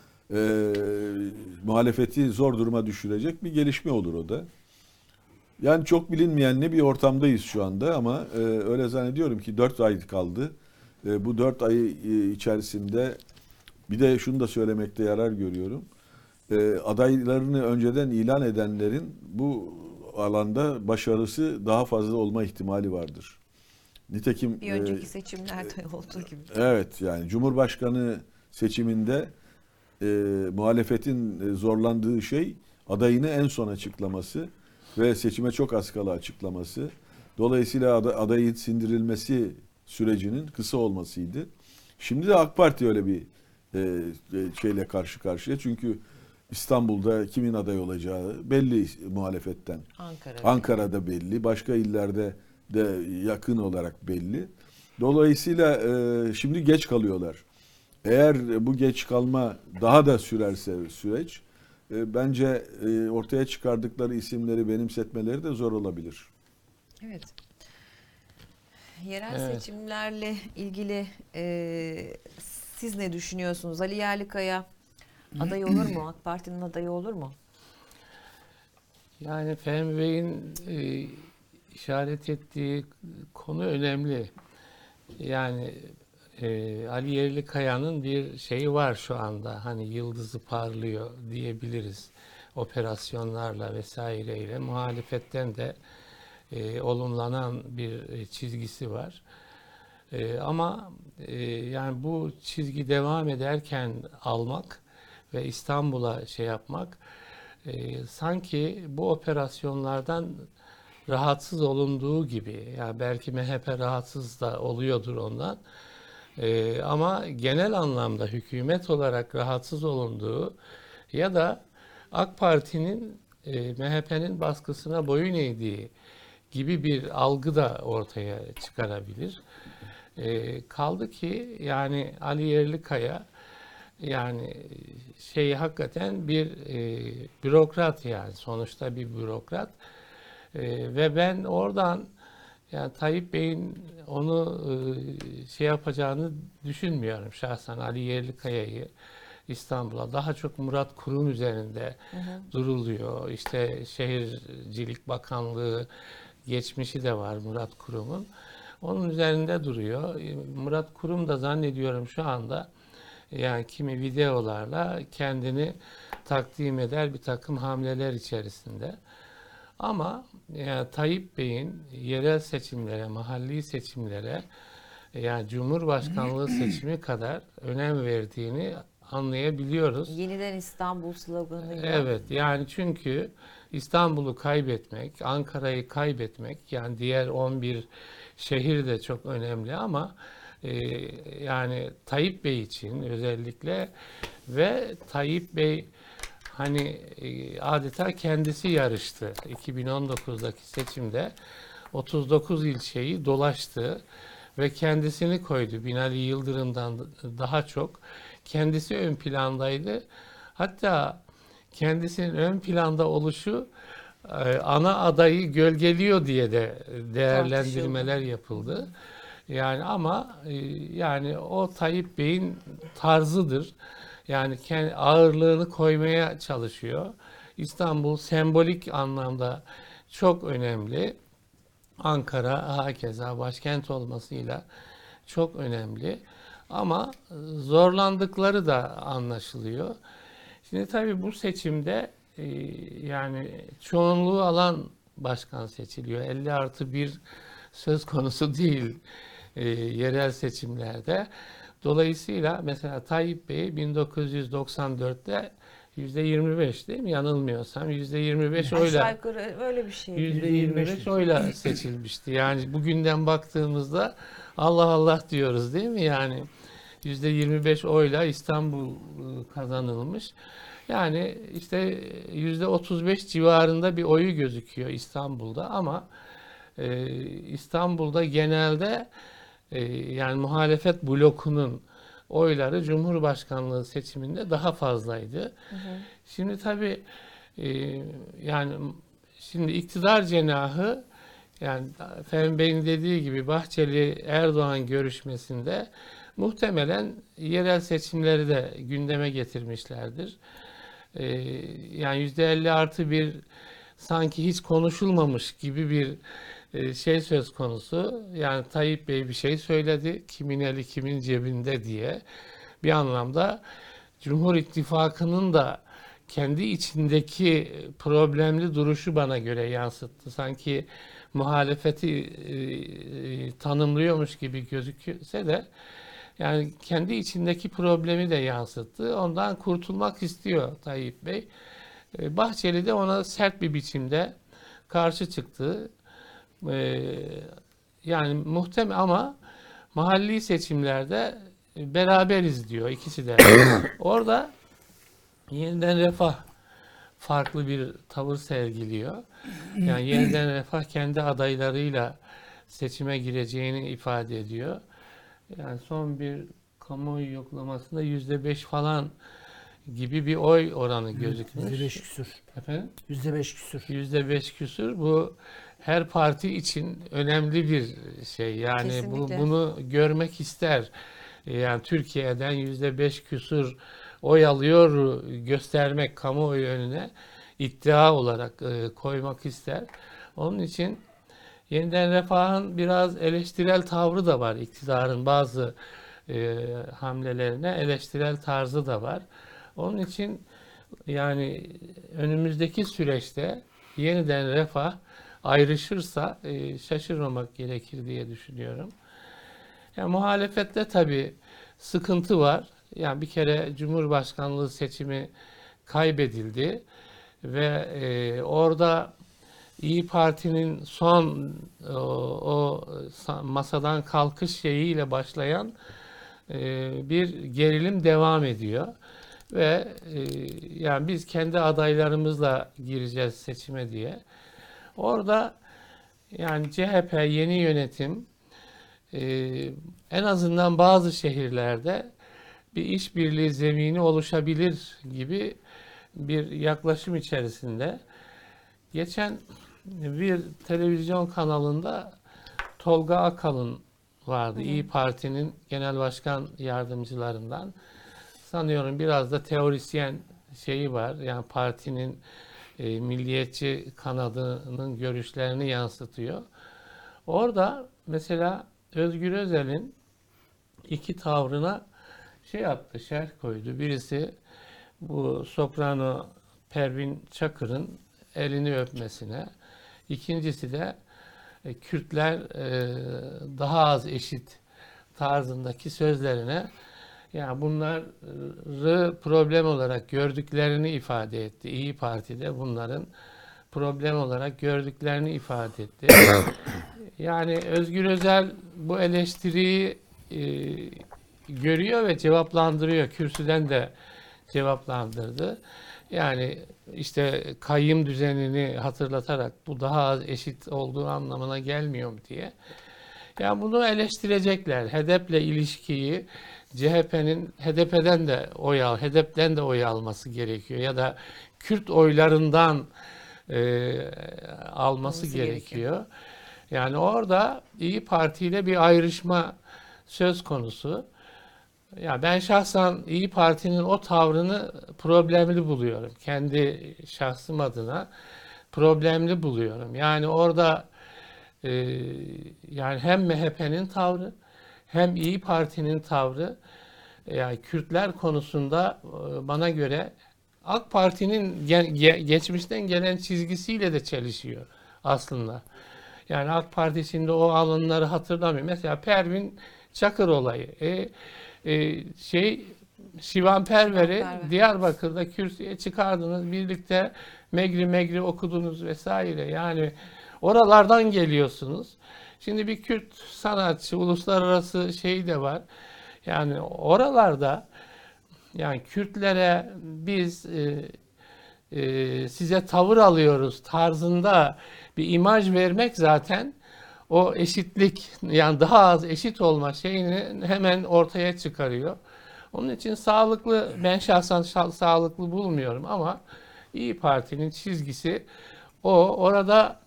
E, muhalefeti zor duruma düşürecek bir gelişme olur o da. Yani çok bilinmeyen ne bir ortamdayız şu anda ama e, öyle zannediyorum ki dört ay kaldı. E, bu dört ay e, içerisinde bir de şunu da söylemekte yarar görüyorum. E, adaylarını önceden ilan edenlerin bu alanda başarısı daha fazla olma ihtimali vardır. Nitekim Bir önceki e, seçimlerde olduğu gibi. Evet, yani Cumhurbaşkanı seçiminde e, muhalefetin zorlandığı şey adayını en son açıklaması ve seçime çok az kala açıklaması. Dolayısıyla adayın sindirilmesi sürecinin kısa olmasıydı. Şimdi de AK Parti öyle bir e, şeyle karşı karşıya. Çünkü İstanbul'da kimin aday olacağı belli muhalefetten. Ankara Ankara'da belli. Başka illerde de yakın olarak belli. Dolayısıyla e, şimdi geç kalıyorlar. Eğer bu geç kalma daha da sürerse süreç, e, bence e, ortaya çıkardıkları isimleri benimsetmeleri de zor olabilir. Evet. Yerel Evet. seçimlerle ilgili e, siz ne düşünüyorsunuz? Ali Yerlikaya aday olur mu? AK Parti'nin adayı olur mu? Yani Fehmi Bey'in e, işaret ettiği konu önemli. Yani e, Ali Yerlikaya'nın bir şeyi var şu anda. Hani yıldızı parlıyor diyebiliriz. Operasyonlarla vesaireyle. Muhalefetten de e, olumlanan bir e, çizgisi var. E, ama e, yani bu çizgi devam ederken almak ve İstanbul'a şey yapmak e, sanki bu operasyonlardan rahatsız olunduğu gibi, yani belki M H P rahatsız da oluyordur ondan. Ee, ama genel anlamda hükümet olarak rahatsız olunduğu ya da AK Parti'nin e, M H P'nin baskısına boyun eğdiği gibi bir algı da ortaya çıkarabilir. E, kaldı ki yani Ali Yerlikaya yani şey hakikaten bir e, bürokrat, yani sonuçta bir bürokrat. E, ve ben oradan yani Tayyip Bey'in onu e, şey yapacağını düşünmüyorum şahsen. Ali Yerlikaya'yı İstanbul'a daha çok Murat Kurum üzerinde hı hı. duruluyor. İşte Şehircilik Bakanlığı geçmişi de var Murat Kurum'un. Onun üzerinde duruyor. Murat Kurum da zannediyorum şu anda yani kimi videolarla kendini takdim eder bir takım hamleler içerisinde. Ama yani Tayyip Bey'in yerel seçimlere, mahalli seçimlere, yani Cumhurbaşkanlığı seçimi kadar önem verdiğini anlayabiliyoruz. Yeniden İstanbul sloganıyla. Evet, yani çünkü İstanbul'u kaybetmek, Ankara'yı kaybetmek, yani diğer on bir şehir de çok önemli ama e, yani Tayyip Bey için özellikle ve Tayyip Bey hani e, adeta kendisi yarıştı. iki bin on dokuzdaki seçimde otuz dokuz ilçeyi dolaştı ve kendisini koydu. Binali Yıldırım'dan daha çok kendisi ön plandaydı. Hatta kendisinin ön planda oluşu e, ana adayı gölgeliyor diye de değerlendirmeler yapıldı. Yani ama e, yani o Tayyip Bey'in tarzıdır. Yani kendi ağırlığını koymaya çalışıyor. İstanbul sembolik anlamda çok önemli. Ankara hakeza başkent olmasıyla çok önemli. Ama zorlandıkları da anlaşılıyor. Şimdi tabii bu seçimde e, yani çoğunluğu alan başkan seçiliyor. elli artı bir söz konusu değil e, yerel seçimlerde. Dolayısıyla mesela Tayyip Bey bin dokuz yüz doksan dörtte yüzde yirmi beş değil mi? Yanılmıyorsam yüzde yirmi beş Aşağı oyla yukarı öyle bir şey. yüzde yirmi beş oyla seçilmişti. Yani bugünden baktığımızda Allah Allah diyoruz değil mi? Yani yüzde yirmi beş oyla İstanbul kazanılmış. Yani işte yüzde otuz beş civarında bir oyu gözüküyor İstanbul'da ama e, İstanbul'da genelde e, yani muhalefet blokunun oyları Cumhurbaşkanlığı seçiminde daha fazlaydı. Hı hı. Şimdi tabii e, yani şimdi iktidar cenahı yani Fehmi Bey'in dediği gibi Bahçeli Erdoğan görüşmesinde muhtemelen yerel seçimleri de gündeme getirmişlerdir. Ee, yani yüzde elli artı bir sanki hiç konuşulmamış gibi bir e, şey söz konusu. Yani Tayyip Bey bir şey söyledi, kimin eli kimin cebinde diye. Bir anlamda Cumhur İttifakı'nın da kendi içindeki problemli duruşu bana göre yansıttı. Sanki muhalefeti e, tanımlıyormuş gibi gözükse de yani kendi içindeki problemi de yansıttı. Ondan kurtulmak istiyor Tayyip Bey. E, Bahçeli de ona sert bir biçimde karşı çıktı. E, yani muhtemel ama mahalli seçimlerde beraberiz diyor ikisi de. Orada Yeniden Refah farklı bir tavır sergiliyor. Yani Yeniden Refah kendi adaylarıyla seçime gireceğini ifade ediyor. Yani son bir kamuoyu yoklamasında yüzde beş falan gibi bir oy oranı gözükmüş. Yüzde beş küsür. Efendim? Yüzde beş küsür. Yüzde beş küsür. Bu her parti için önemli bir şey. Yani bu, Kesinlikle. bunu görmek ister. Yani Türkiye'den yüzde beş küsür oy alıyor göstermek kamuoyu önüne iddia olarak e, koymak ister. Onun için Yeniden Refah'ın biraz eleştirel tavrı da var. İktidarın bazı e, hamlelerine eleştirel tarzı da var. Onun için yani önümüzdeki süreçte Yeniden Refah ayrışırsa e, şaşırmamak gerekir diye düşünüyorum. Yani muhalefette tabii sıkıntı var. Yani bir kere Cumhurbaşkanlığı seçimi kaybedildi ve e, orada İyi Parti'nin son o, o masadan kalkış şeyiyle başlayan e, bir gerilim devam ediyor ve e, yani biz kendi adaylarımızla gireceğiz seçime diye. Orada yani C H P yeni yönetim e, en azından bazı şehirlerde bir işbirliği zemini oluşabilir gibi bir yaklaşım içerisinde. Geçen bir televizyon kanalında Tolga Akalın vardı. Hı hı. İyi Parti'nin genel başkan yardımcılarından. Sanıyorum biraz da teorisyen şeyi var. Yani partinin e, milliyetçi kanadının görüşlerini yansıtıyor. Orada mesela Özgür Özel'in iki tavrına şey yaptı, şerh koydu. Birisi bu soprano Pervin Çakır'ın elini öpmesine. İkincisi de e, Kürtler e, daha az eşit tarzındaki sözlerine yani bunları problem olarak gördüklerini ifade etti. İyi Parti'de bunların problem olarak gördüklerini ifade etti. Yani Özgür Özel bu eleştiriyi e, görüyor ve cevaplandırıyor. Kürsüden de cevaplandırdı. Yani işte kayyım düzenini hatırlatarak bu daha az eşit olduğu anlamına gelmiyor mu diye. Yani bunu eleştirecekler. H D P'le ilişkiyi C H P'nin H D P'den de oy al, H D P'den de oy alması gerekiyor ya da Kürt oylarından e, alması Alması gerekiyor. gerekiyor. Yani orada İyi Parti ile bir ayrışma söz konusu. Ya ben şahsen İyi Parti'nin o tavrını problemli buluyorum. Kendi şahsım adına problemli buluyorum. Yani orada e, yani hem M H P'nin tavrı hem İyi Parti'nin tavrı yani Kürtler konusunda e, bana göre AK Parti'nin ge- ge- geçmişten gelen çizgisiyle de çelişiyor aslında. Yani AK Parti şimdi o alanları hatırlamıyor. Mesela Pervin Çakır olayı. E, e, şey Şivan Perver'i Perver. Diyarbakır'da kürsüye çıkardınız. Birlikte Megri Megri okudunuz vesaire. Yani oralardan geliyorsunuz. Şimdi bir Kürt sanatçı, uluslararası şey de var. Yani oralarda yani Kürtlere biz e, e, size tavır alıyoruz tarzında bir imaj vermek zaten o eşitlik yani daha az eşit olma şeyini hemen ortaya çıkarıyor. Onun için sağlıklı ben şahsen şa- sağlıklı bulmuyorum ama İyi Parti'nin çizgisi o orada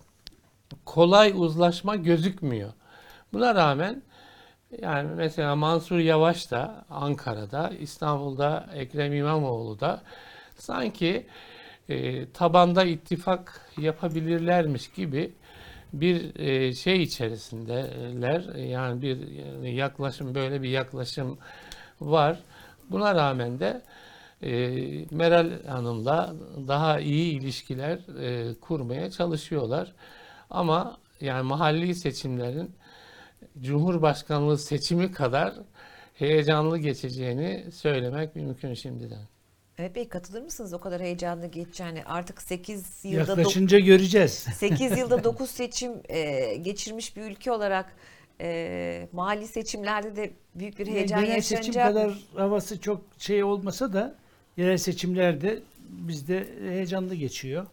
kolay uzlaşma gözükmüyor. Buna rağmen yani mesela Mansur Yavaş da Ankara'da, İstanbul'da Ekrem İmamoğlu da sanki e, tabanda ittifak yapabilirlermiş gibi bir e, şey içerisindeler. Yani bir yani yaklaşım böyle bir yaklaşım var. Buna rağmen de e, Meral Hanım'la daha iyi ilişkiler e, kurmaya çalışıyorlar. Ama yani mahalli seçimlerin Cumhurbaşkanlığı seçimi kadar heyecanlı geçeceğini söylemek mümkün şimdiden. Evet Bey, katılır mısınız o kadar heyecanlı geçeceğini? Artık sekiz yılda dok- Yaklaşınca göreceğiz. sekiz yılda dokuz seçim e, geçirmiş bir ülke olarak e, mahalli seçimlerde de büyük bir heyecan Genel seçim yaşanacak. kadar havası çok şey olmasa da yerel seçimlerde bizde heyecanlı geçiyor.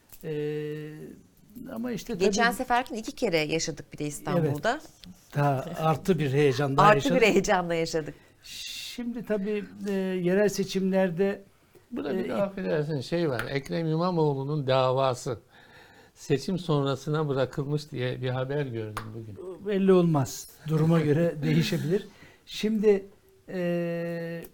Ee, ama işte tabii Geçen seferkin iki kere yaşadık bir de İstanbul'da. daha artı bir heyecan daha Artı yaşadık. bir heyecanla yaşadık. Şimdi tabii e, yerel seçimlerde Burada bir Ee, de affedersin şey var. Ekrem İmamoğlu'nun davası seçim sonrasına bırakılmış diye bir haber gördüm bugün. belli olmaz. Duruma göre değişebilir. Şimdi e,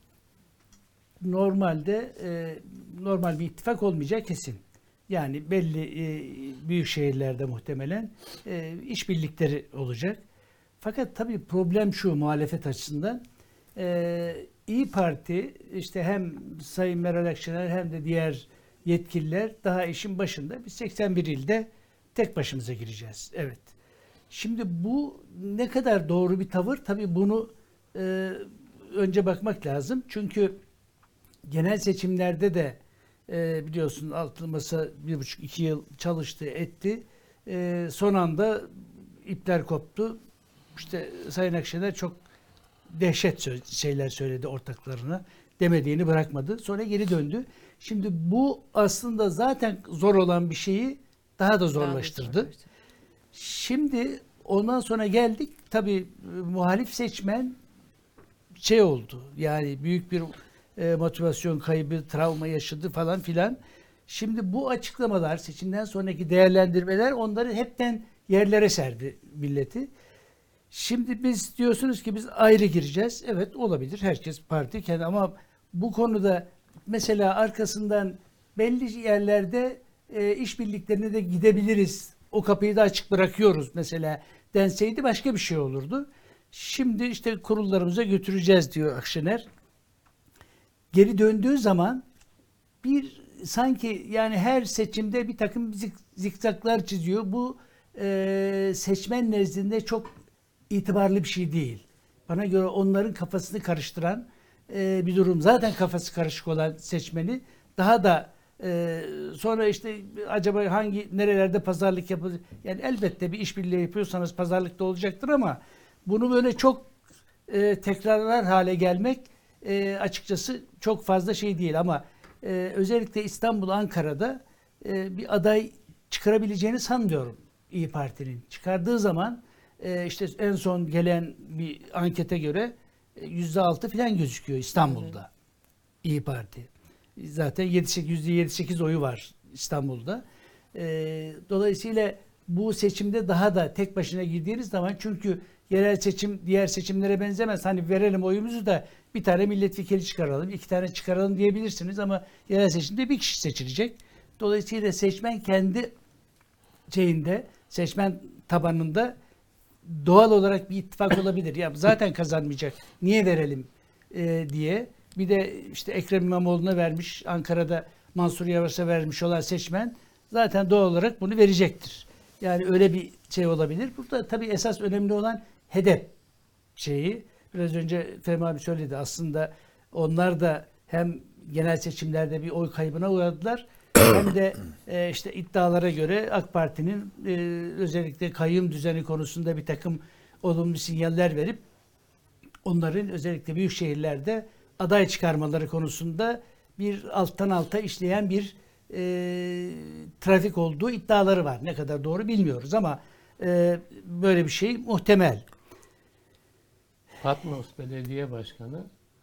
normalde e, normal bir ittifak olmayacak kesin. Yani belli e, büyük şehirlerde muhtemelen e, işbirlikleri olacak. Fakat tabii problem şu muhalefet açısından. E, İyi Parti işte hem Sayın Meral Akşener hem de diğer yetkililer daha işin başında. Biz seksen bir ilde tek başımıza gireceğiz. Evet. Şimdi bu ne kadar doğru bir tavır? Tabii bunu e, önce bakmak lazım. Çünkü genel seçimlerde de e, biliyorsun altılı masa bir buçuk iki yıl çalıştı etti. E, son anda ipler koptu. İşte Sayın Akşener çok dehşet söz, şeyler söyledi ortaklarına. Demediğini bırakmadı. Sonra geri döndü. Şimdi bu aslında zaten zor olan bir şeyi daha da zorlaştırdı. Şimdi ondan sonra geldik. Tabii e, muhalif seçmen şey oldu. Yani büyük bir e, motivasyon kaybı, travma yaşadı falan filan. Şimdi bu açıklamalar, seçimden sonraki değerlendirmeler onları hepten yerlere serdi milleti. Şimdi biz diyorsunuz ki biz ayrı gireceğiz. Evet olabilir. Herkes parti kendi ama bu konuda mesela arkasından belli yerlerde e, işbirliklerine de gidebiliriz. O kapıyı da açık bırakıyoruz mesela denseydi başka bir şey olurdu. Şimdi işte kurullarımıza götüreceğiz diyor Akşener. Geri döndüğü zaman bir sanki yani her seçimde bir takım zik, zikzaklar çiziyor. Bu e, seçmen nezdinde çok itibarlı bir şey değil. Bana göre onların kafasını karıştıran e, bir durum. Zaten kafası karışık olan seçmeni daha da e, sonra işte acaba hangi nerelerde pazarlık yapılır? Yani elbette bir işbirliği yapıyorsanız pazarlıkta olacaktır ama bunu böyle çok e, tekrarlar hale gelmek e, açıkçası çok fazla şey değil ama e, özellikle İstanbul, Ankara'da e, bir aday çıkarabileceğini sanmıyorum İyi Parti'nin. Çıkardığı zaman e, işte en son gelen bir ankete göre e, yüzde altı falan gözüküyor İstanbul'da. Hı hı. İyi Parti. Zaten yüzde yedi sekiz oyu var İstanbul'da. E, dolayısıyla bu seçimde daha da tek başına girdiğiniz zaman, çünkü yerel seçim diğer seçimlere benzemez. Hani verelim oyumuzu da bir tane milletvekili çıkaralım, iki tane çıkaralım diyebilirsiniz ama yerel seçimde bir kişi seçilecek. Dolayısıyla seçmen kendi şeyinde, seçmen tabanında doğal olarak bir ittifak olabilir. Ya zaten kazanmayacak, niye verelim e, diye. Bir de işte Ekrem İmamoğlu'na vermiş, Ankara'da Mansur Yavaş'a vermiş olan seçmen zaten doğal olarak bunu verecektir. Yani öyle bir şey olabilir. Burada tabii esas önemli olan hedef şeyi. Biraz önce Fehmi abi söyledi. Aslında onlar da hem genel seçimlerde bir oy kaybına uğradılar hem de e, işte iddialara göre AK Parti'nin e, özellikle kayyum düzeni konusunda bir takım olumlu sinyaller verip onların özellikle büyük şehirlerde aday çıkarmaları konusunda bir alttan alta işleyen bir e, trafik olduğu iddiaları var. Ne kadar doğru bilmiyoruz ama e, böyle bir şey muhtemel. Patmos Belediye Başkanı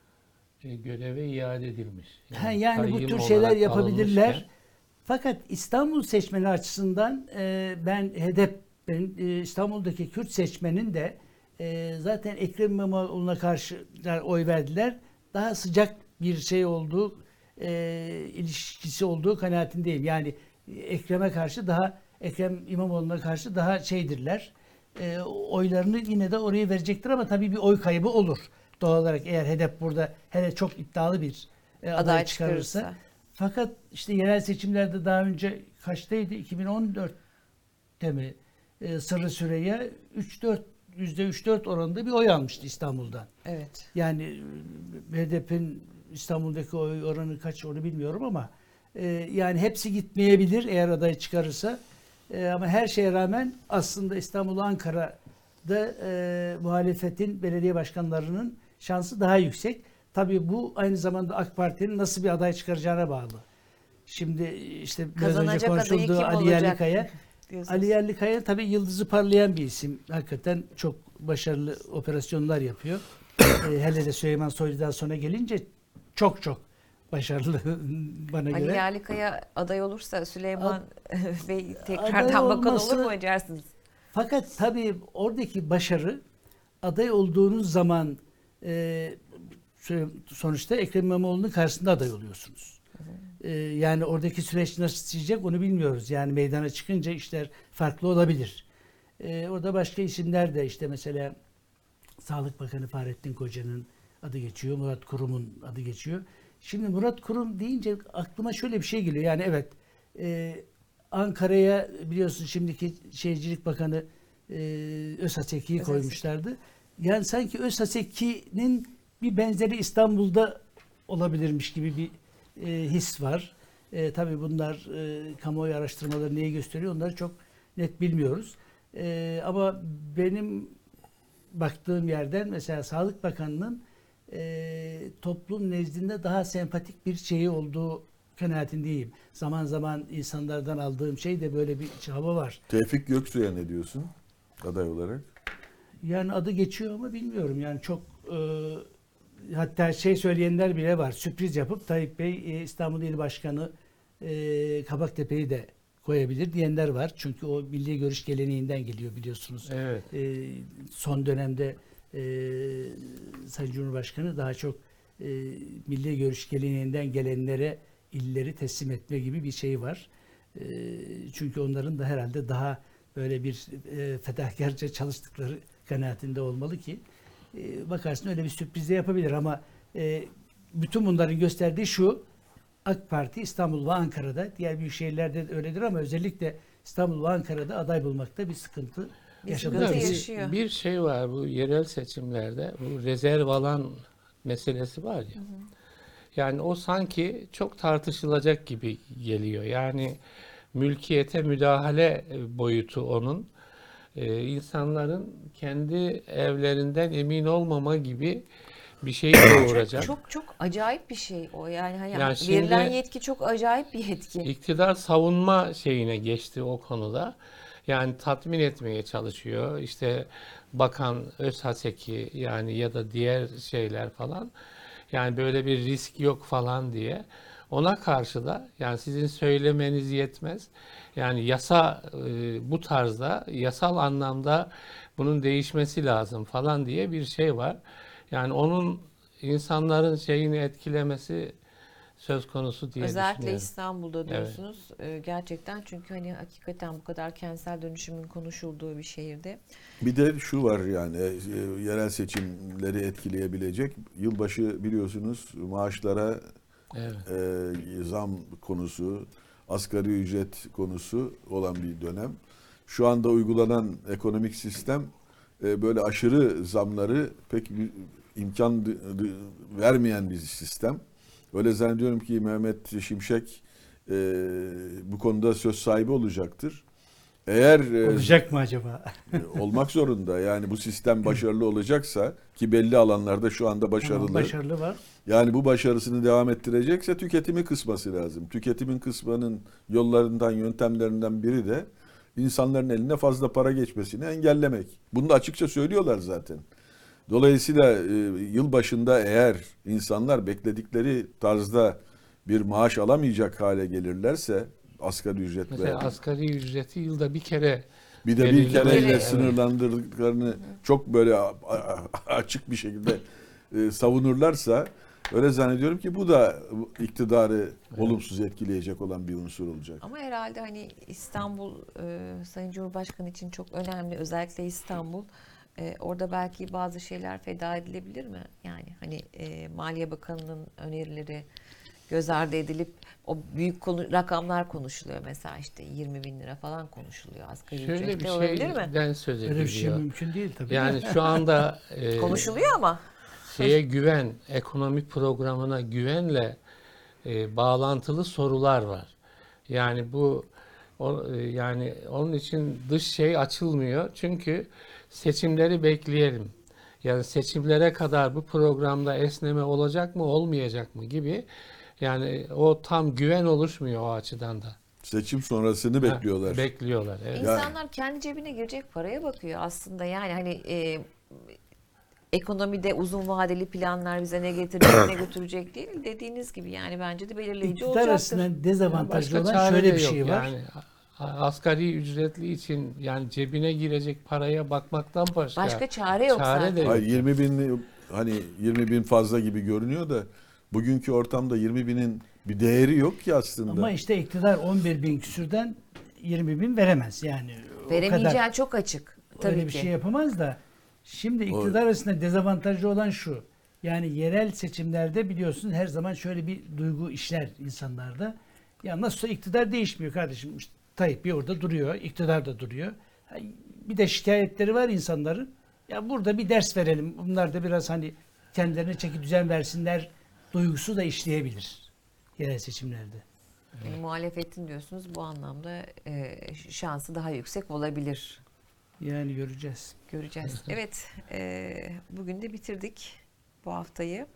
e, göreve iade edilmiş. Yani, ha, yani bu kayyum tür şeyler olarak yapabilirler. alınmışken, Fakat İstanbul seçmeni açısından e, ben hedef ben, e, İstanbul'daki Kürt seçmenin de e, zaten Ekrem İmamoğlu'na karşı oy verdiler. Daha sıcak bir şey olduğu, e, ilişkisi olduğu kanaatindeyim. Yani Ekrem'e karşı daha Ekrem İmamoğlu'na karşı daha şeydirler. E, oylarını yine de oraya verecektir ama tabii bir oy kaybı olur. Doğal olarak eğer hedef burada hele çok iddialı bir e, aday, aday çıkarırsa. çıkarırsa. Fakat işte yerel seçimlerde daha önce kaçtaydı? iki bin on dörtte mi? E, Sırrı Süreyya üç dört yüzde üç dört oranında bir oy almıştı İstanbul'dan. Evet. Yani H D P'nin İstanbul'daki oy oranı kaç onu bilmiyorum ama e, yani hepsi gitmeyebilir eğer aday çıkarırsa. E, ama her şeye rağmen aslında İstanbul, Ankara'da e, muhalefetin belediye başkanlarının şansı daha yüksek. Tabii bu aynı zamanda AK Parti'nin nasıl bir aday çıkaracağına bağlı. Şimdi işte biraz önce konuşulduğu Ali Yerlikaya. Ali Yerlikaya tabii yıldızı parlayan bir isim. Hakikaten çok başarılı operasyonlar yapıyor. e, hele de Süleyman Soylu'dan sonra gelince çok çok başarılı bana Ali göre. Ali Yerlikaya aday olursa Süleyman Ad, Bey tekrardan bakan olması, olur mu dersiniz? Fakat tabii oradaki başarı aday olduğunuz zaman e, sonuçta Ekrem İmamoğlu'nun karşısında aday oluyorsunuz. Ee, yani oradaki süreç nasıl işleyecek onu bilmiyoruz. Yani meydana çıkınca işler farklı olabilir. Ee, orada başka isimler de işte mesela Sağlık Bakanı Fahrettin Koca'nın adı geçiyor. Murat Kurum'un adı geçiyor. Şimdi Murat Kurum deyince aklıma şöyle bir şey geliyor. Yani evet e, Ankara'ya biliyorsun şimdiki Şehircilik Bakanı e, Özhaseki'yi koymuşlardı. Yani sanki Özhaseki'nin bir benzeri İstanbul'da olabilirmiş gibi bir e, his var. E, tabii bunlar e, kamuoyu araştırmaları neyi gösteriyor onları çok net bilmiyoruz. E, ama benim baktığım yerden mesela Sağlık Bakanı'nın e, toplum nezdinde daha sempatik bir şeyi olduğu kanaatindeyim. Zaman zaman insanlardan aldığım şey de böyle bir hava var. Tevfik Göksu'ya ne diyorsun aday olarak? Yani adı geçiyor ama bilmiyorum. Yani çok e, hatta şey söyleyenler bile var. Sürpriz yapıp Tayyip Bey e, İstanbul İl Başkanı e, Kabaktepe'yi de koyabilir diyenler var. Çünkü o milli görüş geleneğinden geliyor biliyorsunuz. Evet. E, son dönemde e, Sayın Cumhurbaşkanı daha çok e, milli görüş geleneğinden gelenlere illeri teslim etme gibi bir şey var. E, çünkü onların da herhalde daha böyle bir e, fedakarca çalıştıkları kanaatinde olmalı ki e, bakarsın öyle bir sürpriz de yapabilir ama e, bütün bunların gösterdiği şu: AK Parti İstanbul ve Ankara'da, diğer büyük şehirlerde de öyledir ama özellikle İstanbul ve Ankara'da aday bulmakta bir sıkıntı yaşadığı bir, bir şey var bu yerel seçimlerde, bu rezerv alan meselesi var ya. Hı hı. Yani o sanki çok tartışılacak gibi geliyor. Yani mülkiyete müdahale boyutu onun. Ee, insanların kendi evlerinden emin olmama gibi bir şey doğuracak. Çok çok acayip bir şey o yani hani Yani şimdi- verilen yetki çok acayip bir yetki. İktidar savunma şeyine geçti o konuda. Yani tatmin etmeye çalışıyor. İşte Bakan Özhaseki yani ya da diğer şeyler falan. Yani böyle bir risk yok falan diye. Ona karşı da yani sizin söylemeniz yetmez. Yani yasa e, bu tarzda yasal anlamda bunun değişmesi lazım falan diye bir şey var. Yani onun insanların şeyini etkilemesi söz konusu diye Özellikle düşünüyorum. İstanbul'da diyorsunuz. Ee, gerçekten çünkü hani hakikaten bu kadar kentsel dönüşümün konuşulduğu bir şehirde. Bir de şu var yani e, yerel seçimleri etkileyebilecek. Yılbaşı biliyorsunuz maaşlara Evet. e, zam konusu, asgari ücret konusu olan bir dönem. Şu anda uygulanan ekonomik sistem e, böyle aşırı zamları pek bir imkan d- d- vermeyen bir sistem. Öyle zannediyorum ki Mehmet Şimşek e, bu konuda söz sahibi olacaktır. Eğer e, Olacak mı acaba? e, olmak zorunda yani bu sistem başarılı olacaksa ki belli alanlarda şu anda başarılı. Tamam, başarılı var. Yani bu başarısını devam ettirecekse tüketimi kısması lazım. Tüketimin kısmanın yollarından, yöntemlerinden biri de insanların eline fazla para geçmesini engellemek. Bunu da açıkça söylüyorlar zaten. Dolayısıyla e, yıl başında eğer insanlar bekledikleri tarzda bir maaş alamayacak hale gelirlerse asgari ücret ve Mesela asgari ücreti yılda bir kere bir de bir belirli- kereyle Evet. sınırlandırdıklarını çok böyle a- a- açık bir şekilde e, savunurlarsa öyle zannediyorum ki bu da iktidarı olumsuz etkileyecek olan bir unsur olacak. Ama herhalde hani İstanbul e, Sayın Cumhurbaşkanı için çok önemli. Özellikle İstanbul. E, orada belki bazı şeyler feda edilebilir mi? Yani hani e, Maliye Bakanı'nın önerileri göz ardı edilip o büyük konu, rakamlar konuşuluyor. Mesela işte yirmi bin lira falan konuşuluyor. Asgari şöyle bir ücrette olabilir mi? şeyden söz Öyle bir şey ediliyor. mümkün değil tabii. Yani şu anda e, Konuşuluyor ama. şeye güven, ekonomi programına güvenle e, bağlantılı sorular var. Yani bu o, e, yani onun için dış şey açılmıyor. Çünkü seçimleri bekleyelim. Yani seçimlere kadar bu programda esneme olacak mı, olmayacak mı gibi. Yani o tam güven oluşmuyor o açıdan da. Seçim sonrasını Ha, bekliyorlar. Bekliyorlar. Evet. İnsanlar kendi cebine girecek paraya bakıyor aslında. Yani hani e, ekonomide uzun vadeli planlar bize ne getirecek ne götürecek değil. Dediğiniz gibi yani bence de belirleyici İktidar olacaktır. açısından dezavantajlı Başka olan çare şöyle de bir yok. şey var. Yani a- asgari ücretli için yani cebine girecek paraya bakmaktan başka, Başka çare yok çare zaten. de yok. Hayır, yirmi bin hani yirmi bin fazla gibi görünüyor da bugünkü ortamda yirmi binin bir değeri yok ki aslında. Ama işte iktidar on bir bin küsürden yirmi bin veremez yani. O Veremeyeceği kadar çok açık. Tabii öyle bir ki. şey yapamaz da. Şimdi iktidar arasında dezavantajlı olan şu. Yani yerel seçimlerde biliyorsun her zaman şöyle bir duygu işler insanlarda. Ya nasılsa iktidar değişmiyor kardeşim. İşte Tayyip bir orada duruyor, iktidar da duruyor. Ha, bir de şikayetleri var insanların. Ya burada bir ders verelim. Bunlar da biraz hani kendilerine çeki düzen versinler duygusu da işleyebilir yerel seçimlerde. Yani muhalefetin diyorsunuz bu anlamda e, şansı daha yüksek olabilir. Yani göreceğiz. Göreceğiz. Evet, e, bugün de bitirdik bu haftayı.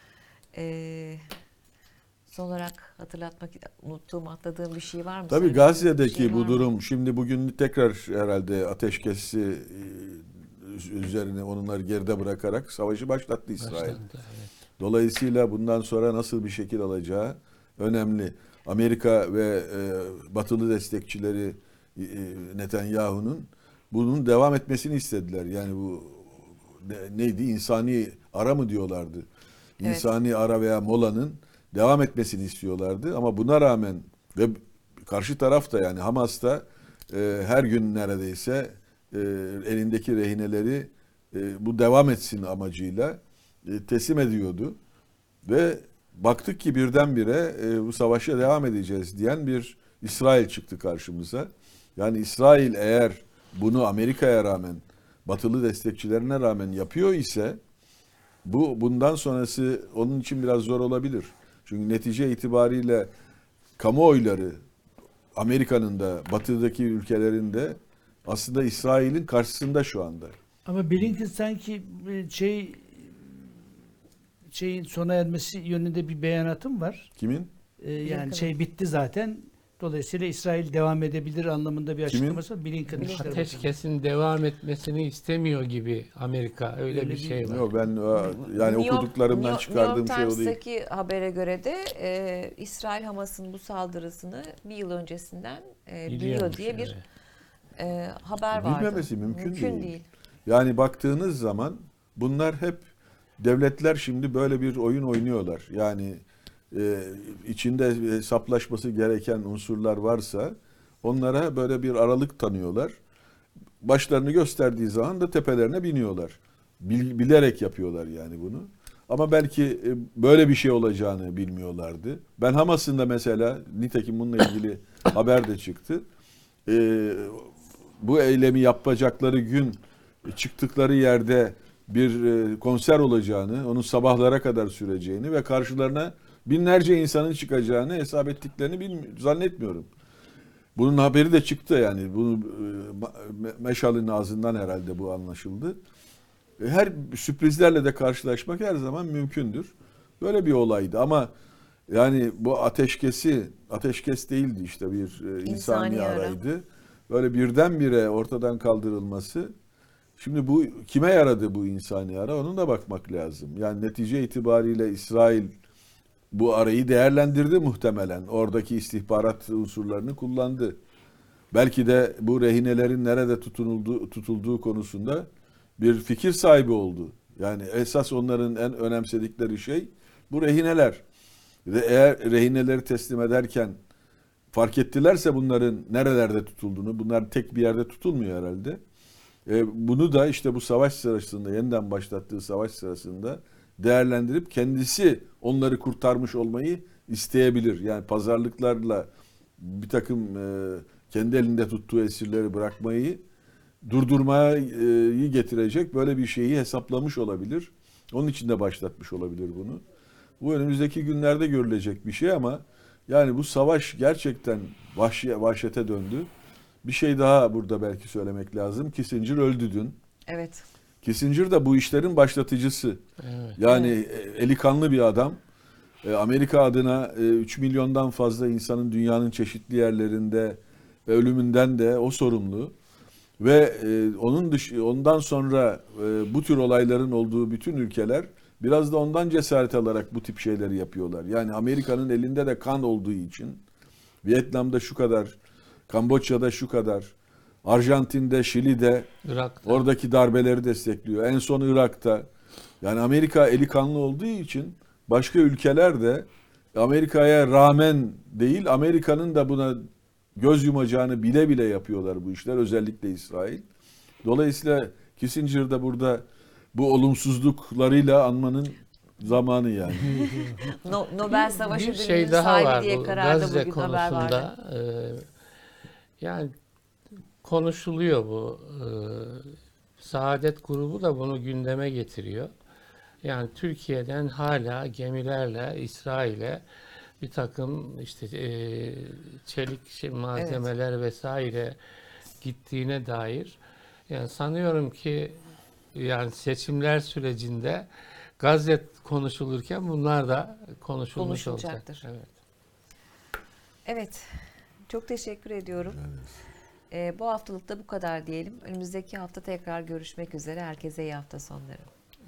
E, son olarak hatırlatmak, unuttuğum, atladığım bir şey var mı? Tabii Söylemek Gazze'deki istediğim bir şey bu var mı? durum şimdi bugün tekrar herhalde ateşkesi e, üzerine onları geride bırakarak savaşı başlattı İsrail. Başlandı, evet. Dolayısıyla bundan sonra nasıl bir şekil alacağı önemli. Amerika ve e, batılı destekçileri e, Netanyahu'nun bunun devam etmesini istediler. Yani bu ne- neydi? İnsani ara mı diyorlardı? Evet. İnsani ara veya molanın devam etmesini istiyorlardı. Ama buna rağmen ve karşı taraf da yani Hamas da e, her gün neredeyse e, elindeki rehineleri e, bu devam etsin amacıyla e, teslim ediyordu. Ve baktık ki birdenbire e, bu savaşa devam edeceğiz diyen bir İsrail çıktı karşımıza. Yani İsrail eğer bunu Amerika'ya rağmen, batılı destekçilerine rağmen yapıyor ise bu bundan sonrası onun için biraz zor olabilir. Çünkü netice itibariyle kamuoyları Amerika'nın da batıdaki ülkelerin de aslında İsrail'in karşısında şu anda. Ama Blinken sanki e, şey şeyin sona ermesi yönünde bir beyanatım var. Kimin? Ee, yani Blinken'ın. şey bitti zaten. Dolayısıyla İsrail devam edebilir anlamında bir Kimin? açıklaması var. Blinken Dışişleri Bakanı. Ateşkesin devam etmesini istemiyor gibi Amerika. Öyle, Öyle bir bir- şey var. Yok ben e, yani New York- okuduklarımdan New- çıkardığım New şey York o değil. Times'taki habere göre de e, İsrail Hamas'ın bu saldırısını bir yıl öncesinden e, biliyor Biliyormuş, diye bir evet. e, haber vardı. Bilmemesi mümkün değil. değil. Yani baktığınız zaman bunlar hep devletler şimdi böyle bir oyun oynuyorlar. Yani e, içinde hesaplaşması gereken unsurlar varsa onlara böyle bir aralık tanıyorlar. Başlarını gösterdiği zaman da tepelerine biniyorlar. Bil- bilerek yapıyorlar yani bunu. Ama belki e, böyle bir şey olacağını bilmiyorlardı. Ben Hamas'ın da mesela nitekim bununla ilgili haber de çıktı. E, bu eylemi yapacakları gün çıktıkları yerde bir e, konser olacağını, onun sabahlara kadar süreceğini ve karşılarına binlerce insanın çıkacağını hesap ettiklerini bilmi- zannetmiyorum. Bunun haberi de çıktı yani. Bunu e, Meşal'in ağzından herhalde bu anlaşıldı. E, Her sürprizlerle de karşılaşmak her zaman mümkündür. Böyle bir olaydı ama yani bu ateşkesi, ateşkes değildi işte bir e, insani, İnsani ara. araydı. Böyle birdenbire ortadan kaldırılması. Şimdi bu kime yaradı bu insani ara? Onun da bakmak lazım. Yani netice itibariyle İsrail bu arayı değerlendirdi muhtemelen. Oradaki istihbarat unsurlarını kullandı. Belki de bu rehinelerin nerede tutulduğu, tutulduğu konusunda bir fikir sahibi oldu. Yani esas onların en önemsedikleri şey bu rehineler. Ve eğer rehineleri teslim ederken fark ettilerse bunların nerelerde tutulduğunu, bunlar tek bir yerde tutulmuyor herhalde. E, bunu da işte bu savaş sırasında, yeniden başlattığı savaş sırasında değerlendirip kendisi onları kurtarmış olmayı isteyebilir. Yani pazarlıklarla bir takım e, kendi elinde tuttuğu esirleri bırakmayı durdurmayı getirecek böyle bir şeyi hesaplamış olabilir. Onun için de başlatmış olabilir bunu. Bu önümüzdeki günlerde görülecek bir şey ama yani bu savaş gerçekten vahşi, vahşete döndü. Bir şey daha burada belki söylemek lazım. Kissinger öldü dün. Evet. Kissinger da bu işlerin başlatıcısı. Evet. Yani e, eli kanlı bir adam. E, Amerika adına e, üç milyondan fazla insanın dünyanın çeşitli yerlerinde e, ölümünden de o sorumlu. Ve e, onun dışı, ondan sonra e, bu tür olayların olduğu bütün ülkeler biraz da ondan cesaret alarak bu tip şeyleri yapıyorlar. Yani Amerika'nın elinde de kan olduğu için Vietnam'da şu kadar, Kamboçya'da şu kadar, Arjantin'de, Şili'de Irak'ta. oradaki darbeleri destekliyor. En son Irak'ta. Yani Amerika eli kanlı olduğu için başka ülkeler de Amerika'ya rağmen değil, Amerika'nın da buna göz yumacağını bile bile yapıyorlar bu işler. Özellikle İsrail. Dolayısıyla Kissinger da burada bu olumsuzluklarıyla anmanın zamanı yani. No- Nobel Savaşı Bir ödülünün şey daha sahibi var diye bu kararda Gazze bugün haber vardı. konusunda. e, yani konuşuluyor bu. E, Saadet grubu da bunu gündeme getiriyor. Yani Türkiye'den hala gemilerle İsrail'e bir takım işte e, çelik şey, malzemeler vesaire gittiğine dair. Yani sanıyorum ki yani seçimler sürecinde Gazze konuşulurken bunlar da konuşulmuş olacak. Konuşulacaktır. Evet. Evet. Çok teşekkür ediyorum. Ee, bu haftalık da bu kadar diyelim. Önümüzdeki hafta tekrar görüşmek üzere. Herkese iyi hafta sonları.